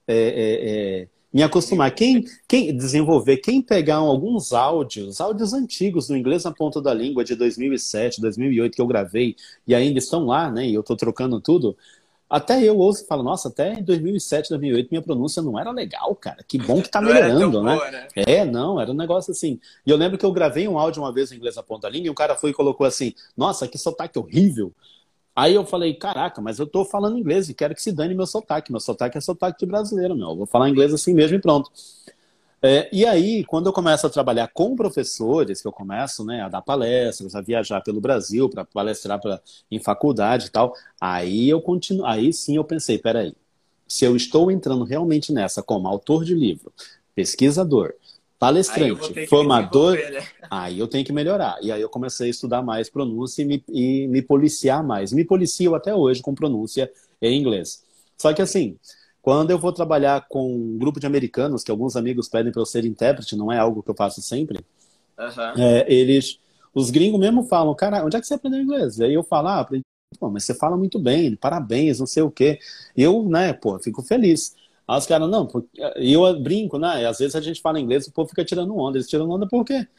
me acostumar. Quem desenvolver, quem pegar alguns áudios antigos do Inglês na Ponta da Língua de 2007, 2008 que eu gravei e ainda estão lá, né? E eu tô trocando tudo. Até eu ouço e falo, nossa, até em 2007, 2008 minha pronúncia não era legal, cara. Que bom que tá Não era tão melhorando, né? boa, né? Não, era um negócio assim. E eu lembro que eu gravei um áudio uma vez em Inglês na Ponta da Língua e o cara foi e colocou assim, nossa, que sotaque horrível. Aí eu falei, caraca, mas eu tô falando inglês e quero que se dane meu sotaque. Meu sotaque é sotaque de brasileiro, meu. Eu vou falar inglês assim mesmo e pronto. E aí, quando eu começo a trabalhar com professores, que eu começo, né, a dar palestras, a viajar pelo Brasil para palestrar em faculdade e tal, aí eu continuo, aí sim eu pensei, peraí, se eu estou entrando realmente nessa como autor de livro, pesquisador, Aí eu vou palestrante, ter que me formador, desenvolver, né? aí eu tenho que melhorar. E aí eu comecei a estudar mais pronúncia e me policiar mais. Me policio até hoje com pronúncia em inglês. Só que assim, quando eu vou trabalhar com um grupo de americanos, que alguns amigos pedem para eu ser intérprete, não é algo que eu faço sempre, Aham. os gringos mesmo falam, cara, onde é que você aprendeu inglês? Aí eu falo, aprendi, pô, mas você fala muito bem, parabéns, não sei o quê. Eu, né, pô, fico feliz. Aí os caras, não, e eu brinco, né, às vezes a gente fala inglês e o povo fica tirando onda, eles tiram onda por quê?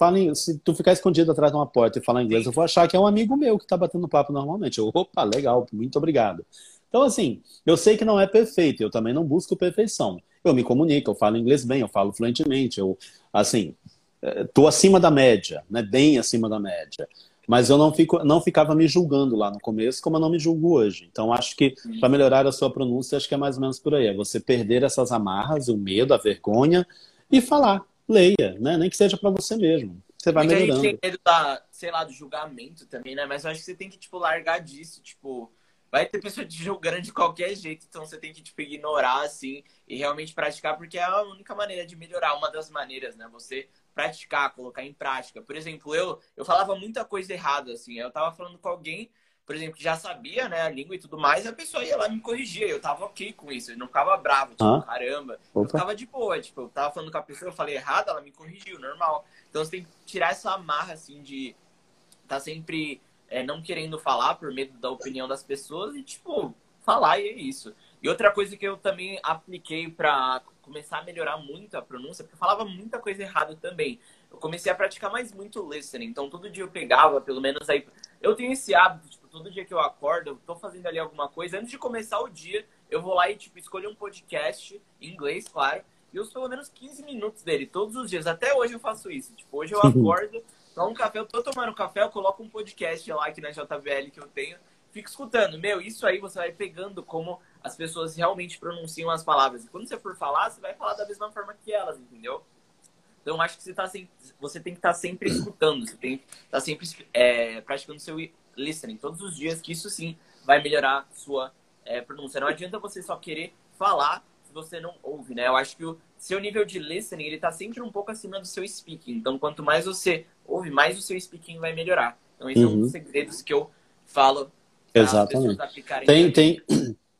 Se tu ficar escondido atrás de uma porta e falar inglês, Sim. eu vou achar que é um amigo meu que tá batendo papo normalmente. Opa, legal, muito obrigado. Então, assim, eu sei que não é perfeito, eu também não busco perfeição. Eu me comunico, eu falo inglês bem, eu falo fluentemente, assim, tô acima da média, né? Bem acima da média. Mas eu não ficava me julgando lá no começo, como eu não me julgo hoje. Então, acho que para melhorar a sua pronúncia, acho que é mais ou menos por aí. É você perder essas amarras, o medo, a vergonha e falar, leia, né? Nem que seja para você mesmo. Você vai Muita gente tem melhorando. medo da, sei lá, do julgamento também, né? Mas eu acho que você tem que, tipo, largar disso. Tipo, vai ter pessoa te julgando de qualquer jeito, então você tem que, tipo, ignorar, assim, e realmente praticar, porque é a única maneira de melhorar, uma das maneiras, né? Você praticar, colocar em prática. Por exemplo, eu falava muita coisa errada, assim. Eu tava falando com alguém, por exemplo, que já sabia, né, a língua e tudo mais, e a pessoa ia lá e me corrigia. Eu tava ok com isso, eu não ficava bravo, tipo, Ah, caramba. Eu opa. ficava de boa, tipo, eu tava falando com a pessoa, eu falei errado, ela me corrigiu, normal. Então você tem que tirar essa amarra, assim, de tá sempre não querendo falar por medo da opinião das pessoas e, tipo, falar e é isso. E outra coisa que eu também apliquei pra começar a melhorar muito a pronúncia, porque eu falava muita coisa errada também. Eu comecei a praticar mais muito listening. Então, todo dia eu pegava, pelo menos aí. Eu tenho esse hábito, tipo, todo dia que eu acordo, eu tô fazendo ali alguma coisa. Antes de começar o dia, eu vou lá e, tipo, escolho um podcast, em inglês, claro. E uso pelo menos 15 minutos dele, todos os dias. Até hoje eu faço isso. Tipo, hoje eu acordo, tomo um café, eu tô tomando café, eu coloco um podcast lá aqui na JBL que eu tenho. Fico escutando. Meu, isso aí você vai pegando como as pessoas realmente pronunciam as palavras. E quando você for falar, você vai falar da mesma forma que elas, entendeu? Então, eu acho que você tem que estar sempre escutando, você tem que estar sempre praticando seu listening todos os dias, que isso sim vai melhorar sua pronúncia. Não adianta você só querer falar se você não ouve, né? Eu acho que o seu nível de listening, ele tá sempre um pouco acima do seu speaking. Então, quanto mais você ouve, mais o seu speaking vai melhorar. Então, esse é um dos Uhum, segredos que eu falo para as pessoas exatamente. aplicarem Tem, também. tem,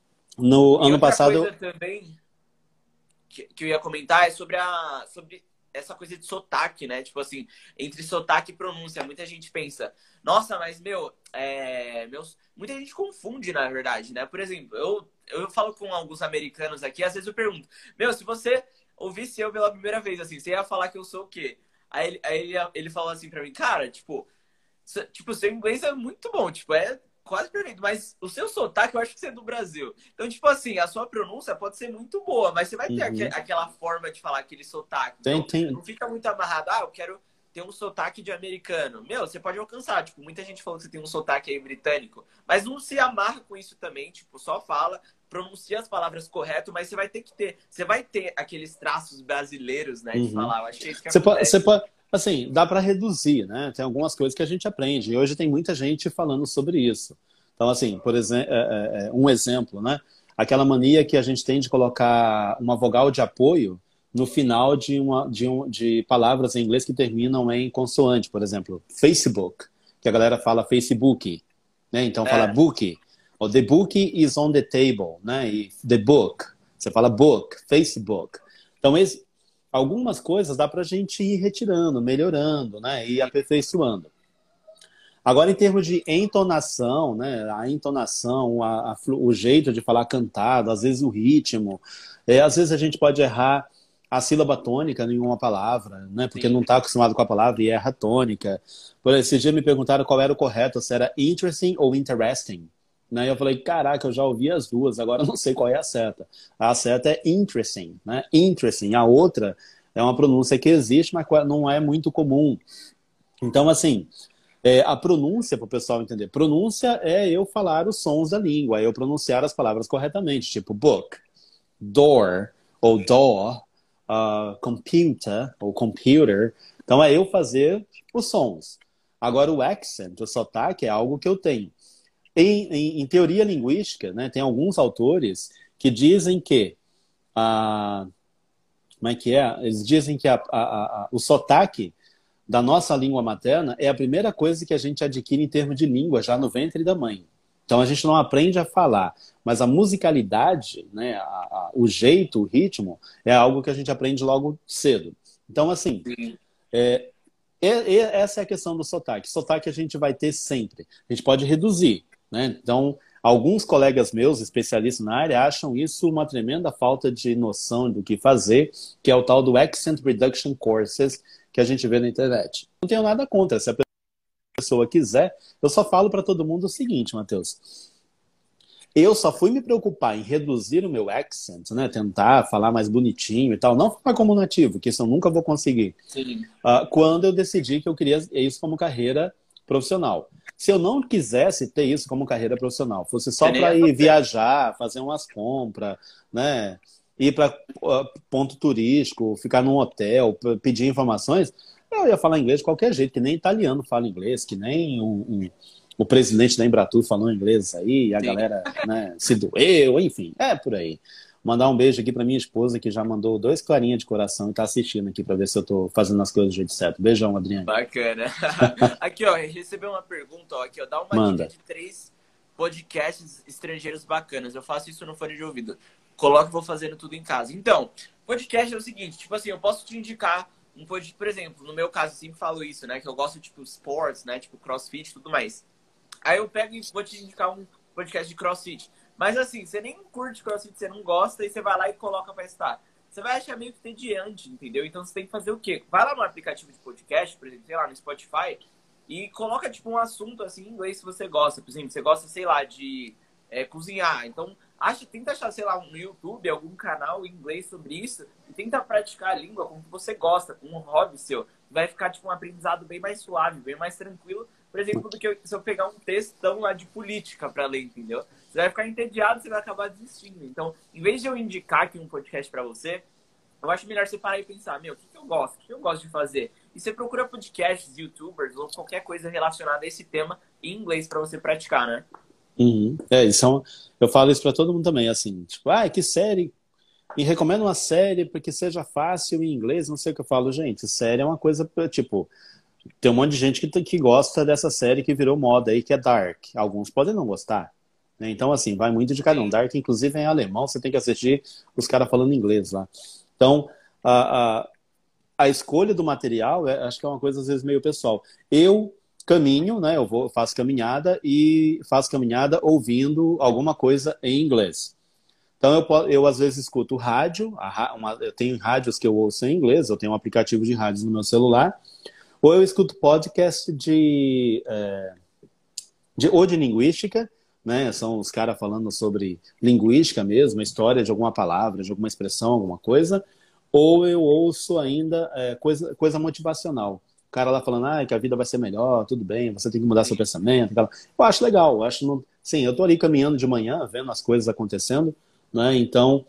no E ano outra passado, coisa também que eu ia comentar é sobre essa coisa de sotaque, né? Tipo assim, entre sotaque e pronúncia. Muita gente pensa, nossa, mas, muita gente confunde, na verdade, né? Por exemplo, eu falo com alguns americanos aqui, às vezes eu pergunto, se você ouvisse eu pela primeira vez, assim, você ia falar que eu sou o quê? Ele falou assim pra mim, cara, tipo, seu inglês é muito bom, tipo, é quase perfeito, mas o seu sotaque eu acho que você é do Brasil. Então, tipo assim, a sua pronúncia pode ser muito boa, mas você vai ter Uhum. aquela forma de falar aquele sotaque. Então, Tem. não fica muito amarrado, eu quero ter um sotaque de americano. Você pode alcançar, tipo, muita gente falou que você tem um sotaque aí britânico, mas não se amarra com isso também, tipo, só fala, pronuncia as palavras correto, mas você vai ter aqueles traços brasileiros, né, de Uhum. falar. Eu acho que é isso que Você acontece. pode, assim, dá para reduzir, né? Tem algumas coisas que a gente aprende. E hoje tem muita gente falando sobre isso. Então, assim, por exemplo, um exemplo, né? Aquela mania que a gente tem de colocar uma vogal de apoio no final de palavras em inglês que terminam em consoante. Por exemplo, Facebook, que a galera fala Facebook, né? Então fala É, book. Ou the book is on the table, né? E the book. Você fala book, Facebook. Então, algumas coisas dá para a gente ir retirando, melhorando, né? E aperfeiçoando. Agora, em termos de entonação, né? A entonação, o jeito de falar cantado, às vezes o ritmo, às vezes a gente pode errar a sílaba tônica em uma palavra, né? Porque não sim. está acostumado com a palavra e erra a tônica. Por exemplo, esse dia me perguntaram qual era o correto, se era interesting ou interesting. Né? Eu falei, caraca, eu já ouvi as duas, agora eu não sei qual é a certa. A certa é interesting, né? Interesting. A outra é uma pronúncia que existe, mas não é muito comum. Então, assim, a pronúncia, para o pessoal entender, pronúncia é eu falar os sons da língua, é eu pronunciar as palavras corretamente, tipo book, door, ou door, computer, ou computer. Então, é eu fazer os sons. Agora, o accent, o sotaque, é algo que eu tenho. Em teoria linguística, né, tem alguns autores que dizem que como é que é? Eles dizem que o sotaque da nossa língua materna é a primeira coisa que a gente adquire em termos de língua, já no ventre da mãe. Então a gente não aprende a falar, mas a musicalidade, né, o jeito, o ritmo, é algo que a gente aprende logo cedo. Então, assim, Sim. essa é a questão do sotaque. Sotaque a gente vai ter sempre. A gente pode reduzir, né? Então, alguns colegas meus, especialistas na área, acham isso uma tremenda falta de noção do que fazer, que é o tal do Accent Reduction Courses que a gente vê na internet. Não tenho nada contra. Se a pessoa quiser, eu só falo para todo mundo o seguinte, Matheus. Eu só fui me preocupar em reduzir o meu accent, né? Tentar falar mais bonitinho e tal. Não falar como nativo, que isso eu nunca vou conseguir. Sim. Quando eu decidi que eu queria isso como carreira profissional. Se eu não quisesse ter isso como carreira profissional, fosse Você só nem para ia ir fazer. viajar, fazer umas compras, né? Ir para ponto turístico, ficar num hotel, pedir informações, eu ia falar inglês de qualquer jeito, que nem italiano fala inglês, que nem o presidente da Embratur falou inglês aí, e a Sim. galera, né, se doeu, enfim, é por aí. Mandar um beijo aqui para minha esposa, que já mandou 2 clarinhas de coração e está assistindo aqui para ver se eu estou fazendo as coisas do jeito certo. Beijão, Adriane. Bacana. Aqui, ó, recebeu uma pergunta, ó, aqui, ó, dá uma dica Manda. de 3 podcasts estrangeiros bacanas. Eu faço isso no fone de ouvido. Coloco e vou fazendo tudo em casa. Então, podcast é o seguinte, tipo assim, eu posso te indicar um podcast, por exemplo, no meu caso, eu sempre falo isso, né, que eu gosto, tipo, sports, né, tipo, crossfit e tudo mais. Aí eu pego e vou te indicar um podcast de CrossFit. Mas assim, você nem curte CrossFit, você não gosta, e você vai lá e coloca pra estar. Você vai achar meio que entediante, entendeu? Então você tem que fazer o quê? Vai lá no aplicativo de podcast, por exemplo, sei lá, no Spotify, e coloca tipo um assunto assim em inglês que você gosta. Por exemplo, você gosta, sei lá, de cozinhar. Então, tenta achar, sei lá, no YouTube, algum canal em inglês sobre isso, e tenta praticar a língua como você gosta, com um hobby seu. Vai ficar tipo um aprendizado bem mais suave, bem mais tranquilo, por exemplo, do que se eu pegar um textão lá de política para ler, entendeu? Você vai ficar entediado, você vai acabar desistindo. Então, em vez de eu indicar aqui um podcast para você, eu acho melhor você parar e pensar, o que eu gosto? O que eu gosto de fazer? E você procura podcasts, youtubers ou qualquer coisa relacionada a esse tema em inglês para você praticar, né? Uhum. Eu falo isso para todo mundo também, assim, tipo, que série? E recomendo uma série porque seja fácil em inglês, não sei o que eu falo, gente. Série é uma coisa, tipo, tem um monte de gente que gosta dessa série que virou moda aí, que é Dark. Alguns podem não gostar, né? Então, assim, vai muito de cada um. Sim. Dark, inclusive, é em alemão, você tem que assistir os caras falando inglês lá. Então, a, a escolha do material, acho que é uma coisa às vezes meio pessoal. Eu caminho, né? Faço caminhada e faço caminhada ouvindo alguma coisa em inglês. Então eu às vezes escuto rádio, eu tenho rádios que eu ouço em inglês, eu tenho um aplicativo de rádios no meu celular, ou eu escuto podcast ou de linguística, né? São os caras falando sobre linguística mesmo, a história de alguma palavra, de alguma expressão, alguma coisa, ou eu ouço ainda coisa motivacional. O cara lá falando, que a vida vai ser melhor, tudo bem, você tem que mudar seu pensamento. Eu acho legal, sim, eu tô ali caminhando de manhã, vendo as coisas acontecendo, né? Então,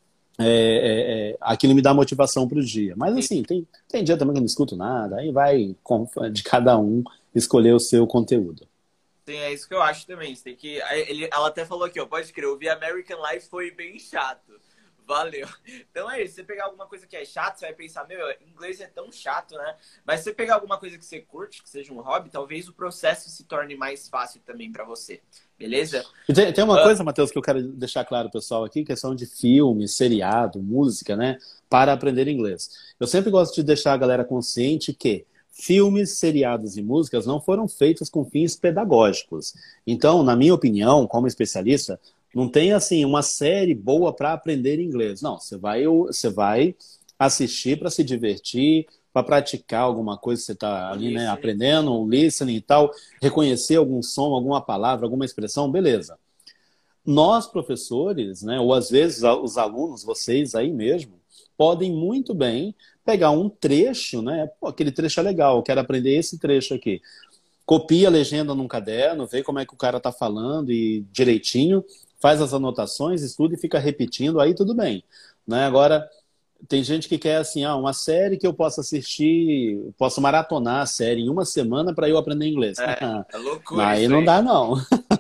aquilo me dá motivação para o dia. Mas assim, tem dia também que eu não escuto nada, aí vai de cada um escolher o seu conteúdo. Sim, é isso que eu acho também. Você tem que. Ela até falou aqui, ó, pode crer, ouvir American Life foi bem chato. Valeu. Então é isso, você pegar alguma coisa que é chato, você vai pensar, meu, inglês é tão chato, né? Mas se você pegar alguma coisa que você curte, que seja um hobby, talvez o processo se torne mais fácil também pra você. Beleza? E tem uma coisa, Matheus, que eu quero deixar claro, pessoal, aqui, questão de filme, seriado, música, né? Para aprender inglês. Eu sempre gosto de deixar a galera consciente que filmes, seriados e músicas não foram feitos com fins pedagógicos. Então, na minha opinião, como especialista, não tem, assim, uma série boa para aprender inglês. Não, você vai assistir para se divertir, para praticar alguma coisa que você está ali, né, aprendendo, o listening e tal, reconhecer algum som, alguma palavra, alguma expressão, beleza. Nós, professores, né, ou às vezes os alunos, vocês aí mesmo, podem muito bem pegar um trecho, né? Pô, aquele trecho é legal, eu quero aprender esse trecho aqui. Copia a legenda num caderno, vê como é que o cara está falando e direitinho, faz as anotações, estuda e fica repetindo, aí tudo bem. Né? Agora, tem gente que quer assim, uma série que eu possa assistir, posso maratonar a série em uma semana para eu aprender inglês. É loucura. Aí não dá, não.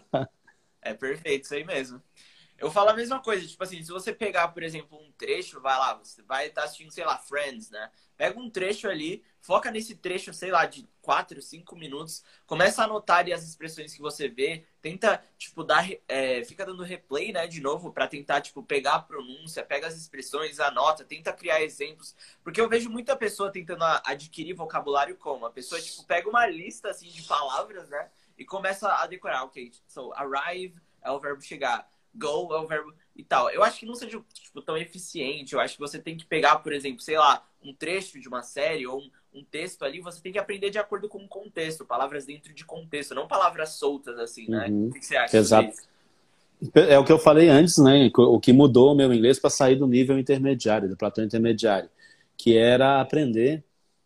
É perfeito, isso aí mesmo. Eu falo a mesma coisa, tipo assim, se você pegar, por exemplo, um trecho, vai lá, você vai estar assistindo, sei lá, Friends, né? Pega um trecho ali, foca nesse trecho, sei lá, de 4, 5 minutos, começa a anotar ali as expressões que você vê, tenta, tipo, fica dando replay, né, de novo, pra tentar, tipo, pegar a pronúncia, pega as expressões, anota, tenta criar exemplos, porque eu vejo muita pessoa tentando adquirir vocabulário como? A pessoa, tipo, pega uma lista, assim, de palavras, né, e começa a decorar, ok, so, arrive é o verbo chegar, go é o verbo e tal. Eu acho que não seja, tipo, tão eficiente. Eu acho que você tem que pegar, por exemplo, sei lá, um trecho de uma série ou um texto ali, você tem que aprender de acordo com o contexto, palavras dentro de contexto, não palavras soltas, assim, né? Uhum. O que você acha? Exato. É o que eu falei antes, né? O que mudou o meu inglês para sair do nível intermediário, do platô intermediário, que era aprender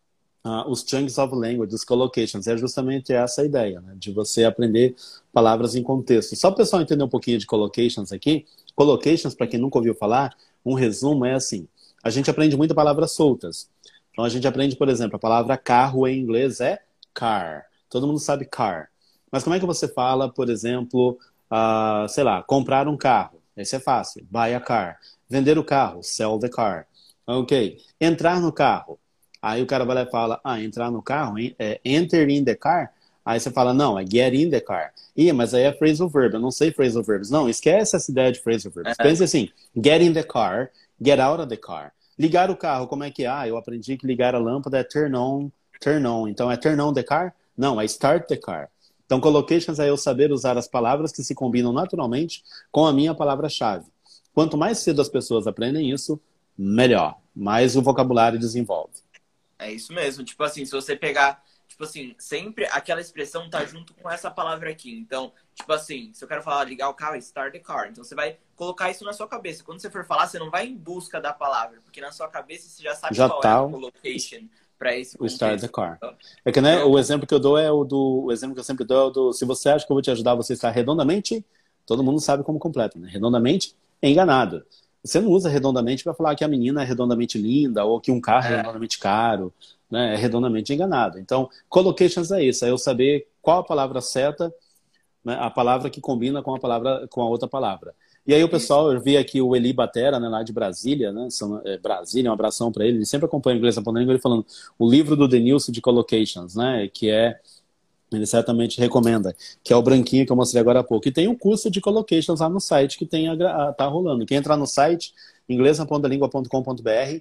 os chunks of language, os collocations. É justamente essa a ideia, né? De você aprender palavras em contexto. Só para o pessoal entender um pouquinho de collocations aqui. Collocations, para quem nunca ouviu falar, um resumo é assim. A gente aprende muitas palavras soltas. Então a gente aprende, por exemplo, a palavra carro em inglês é car. Todo mundo sabe car. Mas como é que você fala, por exemplo, sei lá, comprar um carro? Esse é fácil. Buy a car. Vender o carro. Sell the car. Ok. Entrar no carro. Aí o cara vai lá e fala, entrar no carro, enter in the car. Aí você fala, não, é get in the car. Mas aí é phrasal verb, eu não sei phrasal verbs. Não, esquece essa ideia de phrasal verbs. Pense assim, get in the car, get out of the car. Ligar o carro, como é que é? Eu aprendi que ligar a lâmpada é turn on. Então é turn on the car? Não, é start the car. Então collocations é eu saber usar as palavras que se combinam naturalmente com a minha palavra-chave. Quanto mais cedo as pessoas aprendem isso, melhor. Mais o vocabulário desenvolve. É isso mesmo. Tipo assim, se você pegar, tipo assim, sempre aquela expressão tá junto com essa palavra aqui. Então, tipo assim, se eu quero falar ligar o carro, é start the car. Então você vai colocar isso na sua cabeça. Quando você for falar, você não vai em busca da palavra, porque na sua cabeça você já sabe qual é a collocation para esse contexto. Start the car. É que, né, o exemplo que eu dou o exemplo que eu sempre dou é o do, se você acha que eu vou te ajudar, você está redondamente, todo mundo sabe como completa, né? Redondamente enganado. Você não usa redondamente para falar que a menina é redondamente linda ou que um carro é redondamente caro, né? É redondamente enganado. Então, collocations é isso, é eu saber qual a palavra certa, né? A palavra que combina com a outra palavra. E aí o pessoal, eu vi aqui o Eli Batera, né, lá de Brasília, né? Brasília, um abração para ele sempre acompanha o Inglês Apontando, ele falando o livro do Denilson de collocations, né? Que ele certamente recomenda, que é o branquinho que eu mostrei agora há pouco. E tem um curso de collocations lá no site que tá rolando. Quem entrar no site, inglês.com.br,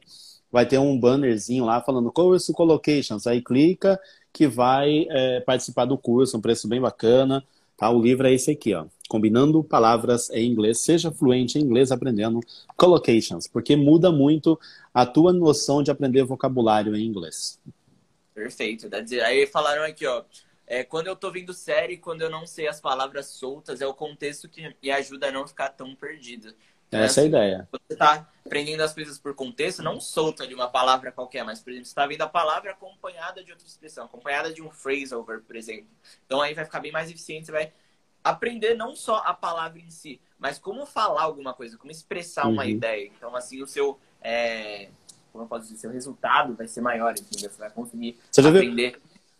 vai ter um bannerzinho lá falando Course Collocations. Aí clica que vai participar do curso, um preço bem bacana. Tá? O livro é esse aqui, ó. Combinando palavras em inglês. Seja fluente em inglês aprendendo collocations, porque muda muito a tua noção de aprender vocabulário em inglês. Perfeito. Aí falaram aqui, ó. Quando eu tô vendo série, quando eu não sei as palavras soltas, é o contexto que me ajuda a não ficar tão perdido. Então, Essa é a ideia. Você tá aprendendo as coisas por contexto, não solta de uma palavra qualquer, mas, por exemplo, você tá vendo a palavra acompanhada de outra expressão, acompanhada de um phrasal verb, por exemplo. Então, aí vai ficar bem mais eficiente, você vai aprender não só a palavra em si, mas como falar alguma coisa, como expressar uma ideia. Então, assim, o seu... como eu posso dizer, seu resultado vai ser maior, entendeu? Você vai conseguir aprender.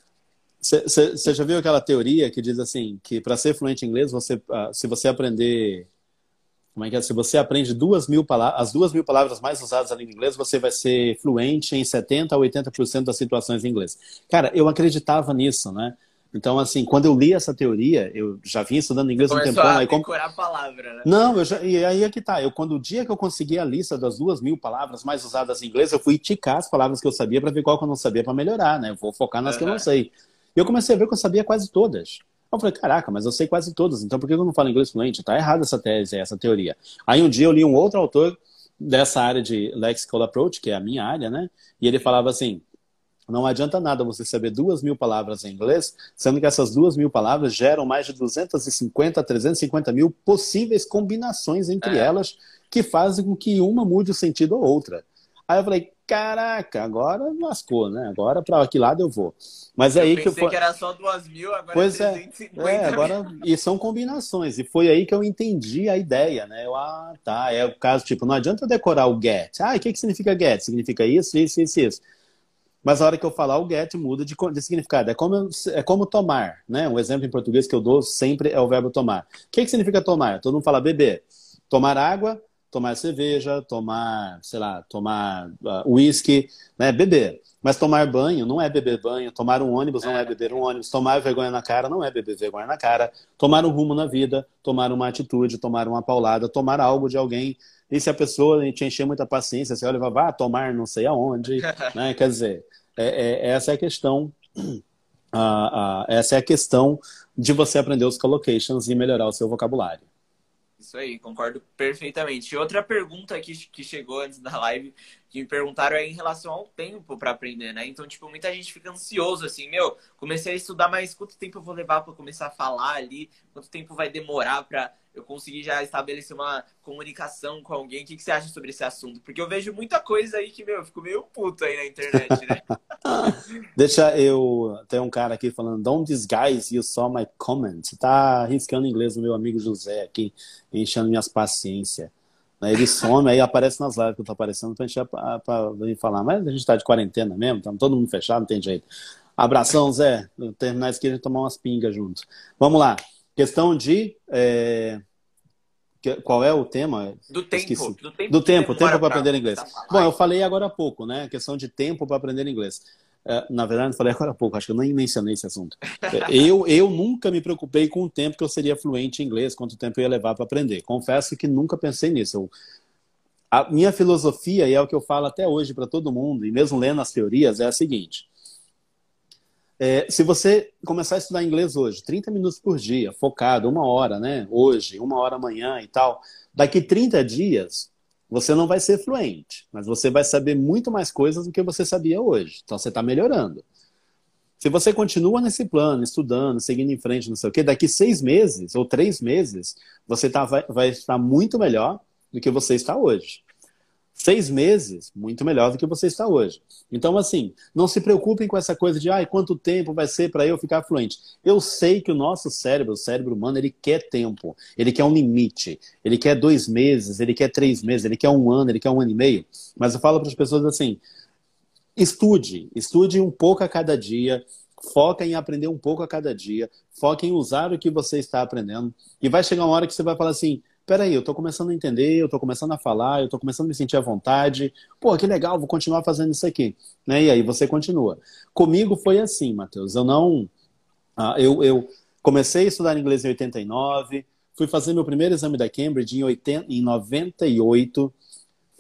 Você já viu aquela teoria que diz assim, que para ser fluente em inglês, se você aprender... Como é que é? Se você aprende as 2.000 palavras mais usadas na língua inglesa, você vai ser fluente em 70% a 80% das situações em inglês. Cara, eu acreditava nisso, né? Então, assim, quando eu li essa teoria, eu já vinha estudando inglês um tempão. Começou a decorar a palavra, né? Não, e aí é que tá. O dia que eu consegui a lista das 2.000 palavras mais usadas em inglês, eu fui ticar as palavras que eu sabia para ver qual que eu não sabia para melhorar, né? Eu vou focar nas que eu não sei. E eu comecei a ver que eu sabia quase todas. Eu falei, caraca, mas eu sei quase todas, então por que eu não falo inglês fluente? Tá errada essa tese, essa teoria. Aí um dia eu li um outro autor dessa área de Lexical Approach, que é a minha área, né? E ele falava assim, não adianta nada você saber 2.000 palavras em inglês, sendo que essas 2.000 palavras geram mais de 250 a 350 mil possíveis combinações entre elas, que fazem com que uma mude o sentido ou outra. Aí eu falei, caraca, agora lascou, né? Agora para que lado eu vou? Mas aí que eu pensei que era só 2.000, agora pois é 350 agora e são combinações. E foi aí que eu entendi a ideia, né? Tá, é o caso, tipo, não adianta eu decorar o get. O que significa get? Significa isso, isso, isso, isso. Mas a hora que eu falar o get muda de significado. É como tomar, né? Um exemplo em português que eu dou sempre é o verbo tomar. O que significa tomar? Todo mundo fala beber. Tomar água, tomar cerveja, tomar, sei lá, tomar whisky, né? Beber. Mas tomar banho não é beber banho. Tomar um ônibus não é beber um ônibus. Tomar vergonha na cara não é beber vergonha na cara. Tomar um rumo na vida, tomar uma atitude, tomar uma paulada, tomar algo de alguém. E se a pessoa te encher muita paciência, você olha e vai, vá tomar não sei aonde, né? Quer dizer, essa é a questão. Essa é a questão de você aprender os collocations e melhorar o seu vocabulário. Isso aí, concordo perfeitamente. E outra pergunta que chegou antes da live, que me perguntaram em relação ao tempo para aprender, né? Então, tipo, muita gente fica ansioso, assim, comecei a estudar, mas quanto tempo eu vou levar para começar a falar ali? Quanto tempo vai demorar para eu conseguir já estabelecer uma comunicação com alguém? O que você acha sobre esse assunto? Porque eu vejo muita coisa aí que, eu fico meio puto aí na internet, né? Tem um cara aqui falando, don't disguise, you saw my comment. Você tá arriscando inglês no meu amigo José aqui, enchendo minhas paciências. Ele some, aí aparece nas lives que eu tô aparecendo pra vir falar. Mas a gente tá de quarentena mesmo, tá todo mundo fechado, não tem jeito. Abração, Zé. Terminar isso aqui, a gente tomar umas pingas juntos. Vamos lá. Questão de... Qual é o tema? Do tempo. Do tempo para aprender inglês. Bom, eu falei agora há pouco, né? Questão de tempo para aprender inglês. Na verdade, eu falei agora há pouco, acho que eu nem mencionei esse assunto. Eu nunca me preocupei com o tempo que eu seria fluente em inglês, quanto tempo eu ia levar para aprender. Confesso que nunca pensei nisso. A minha filosofia, e é o que eu falo até hoje para todo mundo, e mesmo lendo as teorias, é a seguinte. Se você começar a estudar inglês hoje, 30 minutos por dia, focado, 1 hora, né? Hoje, 1 hora amanhã e tal, daqui 30 dias, você não vai ser fluente, mas você vai saber muito mais coisas do que você sabia hoje. Então, você está melhorando. Se você continua nesse plano, estudando, seguindo em frente, não sei o quê, daqui 6 meses ou 3 meses, você vai estar muito melhor do que você está hoje. 6 meses, muito melhor do que você está hoje. Então, assim, não se preocupem com essa coisa de quanto tempo vai ser para eu ficar fluente. Eu sei que o nosso cérebro, o cérebro humano, ele quer tempo. Ele quer um limite. Ele quer 2 meses, ele quer 3 meses, ele quer 1 ano, ele quer 1 ano e meio. Mas eu falo para as pessoas assim, estude um pouco a cada dia, foca em aprender um pouco a cada dia, foca em usar o que você está aprendendo. E vai chegar uma hora que você vai falar assim, peraí, eu tô começando a entender, eu tô começando a falar, eu tô começando a me sentir à vontade. Pô, que legal, vou continuar fazendo isso aqui. Né? E aí você continua. Comigo foi assim, Matheus. Eu comecei a estudar inglês em 89, fui fazer meu primeiro exame da Cambridge em 98,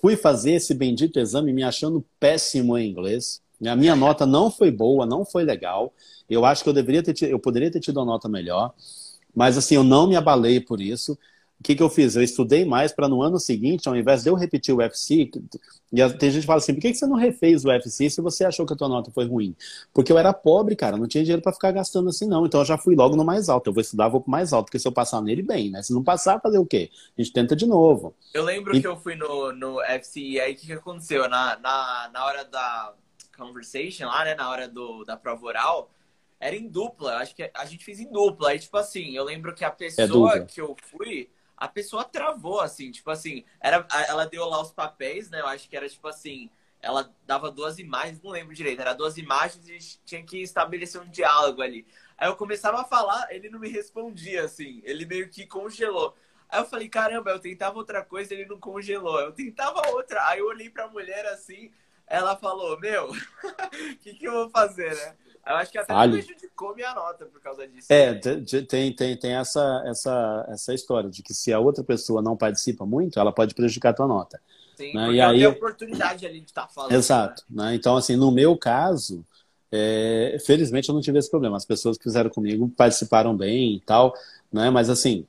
fui fazer esse bendito exame me achando péssimo em inglês. A minha nota não foi boa, não foi legal. Eu acho que eu poderia ter tido uma nota melhor. Mas assim, eu não me abalei por isso. O que eu fiz? Eu estudei mais para no ano seguinte, ao invés de eu repetir o UFC, tem gente que fala assim, por que você não refez o UFC se você achou que a tua nota foi ruim? Porque eu era pobre, cara, não tinha dinheiro para ficar gastando assim não. Então eu já fui logo no mais alto. Eu vou estudar, vou pro mais alto, porque se eu passar nele, bem, né? Se não passar, fazer o quê? A gente tenta de novo. Eu lembro que eu fui no UFC e aí o que aconteceu? Na hora da conversation lá, né? Na hora da prova oral, era em dupla. Acho que a gente fez em dupla. Aí, tipo assim, eu lembro que a pessoa que eu fui, a pessoa travou, assim, tipo assim, ela deu lá os papéis, né? Eu acho que era tipo assim, ela dava 2 imagens, não lembro direito, era 2 imagens e tinha que estabelecer um diálogo ali. Aí eu começava a falar, ele não me respondia, assim, ele meio que congelou. Aí eu falei, caramba, eu tentava outra coisa, ele não congelou. Eu tentava outra. Aí eu olhei pra mulher assim, ela falou, meu, o que eu vou fazer, né? Eu acho que até me prejudicou minha nota por causa disso. Tem essa história de que se a outra pessoa não participa muito, ela pode prejudicar a tua nota. Sim, né? porque e aí, tem a oportunidade ali de estar falando. Exato. Né? Então, assim, no meu caso, felizmente eu não tive esse problema. As pessoas que fizeram comigo participaram bem e tal, né? Mas, assim,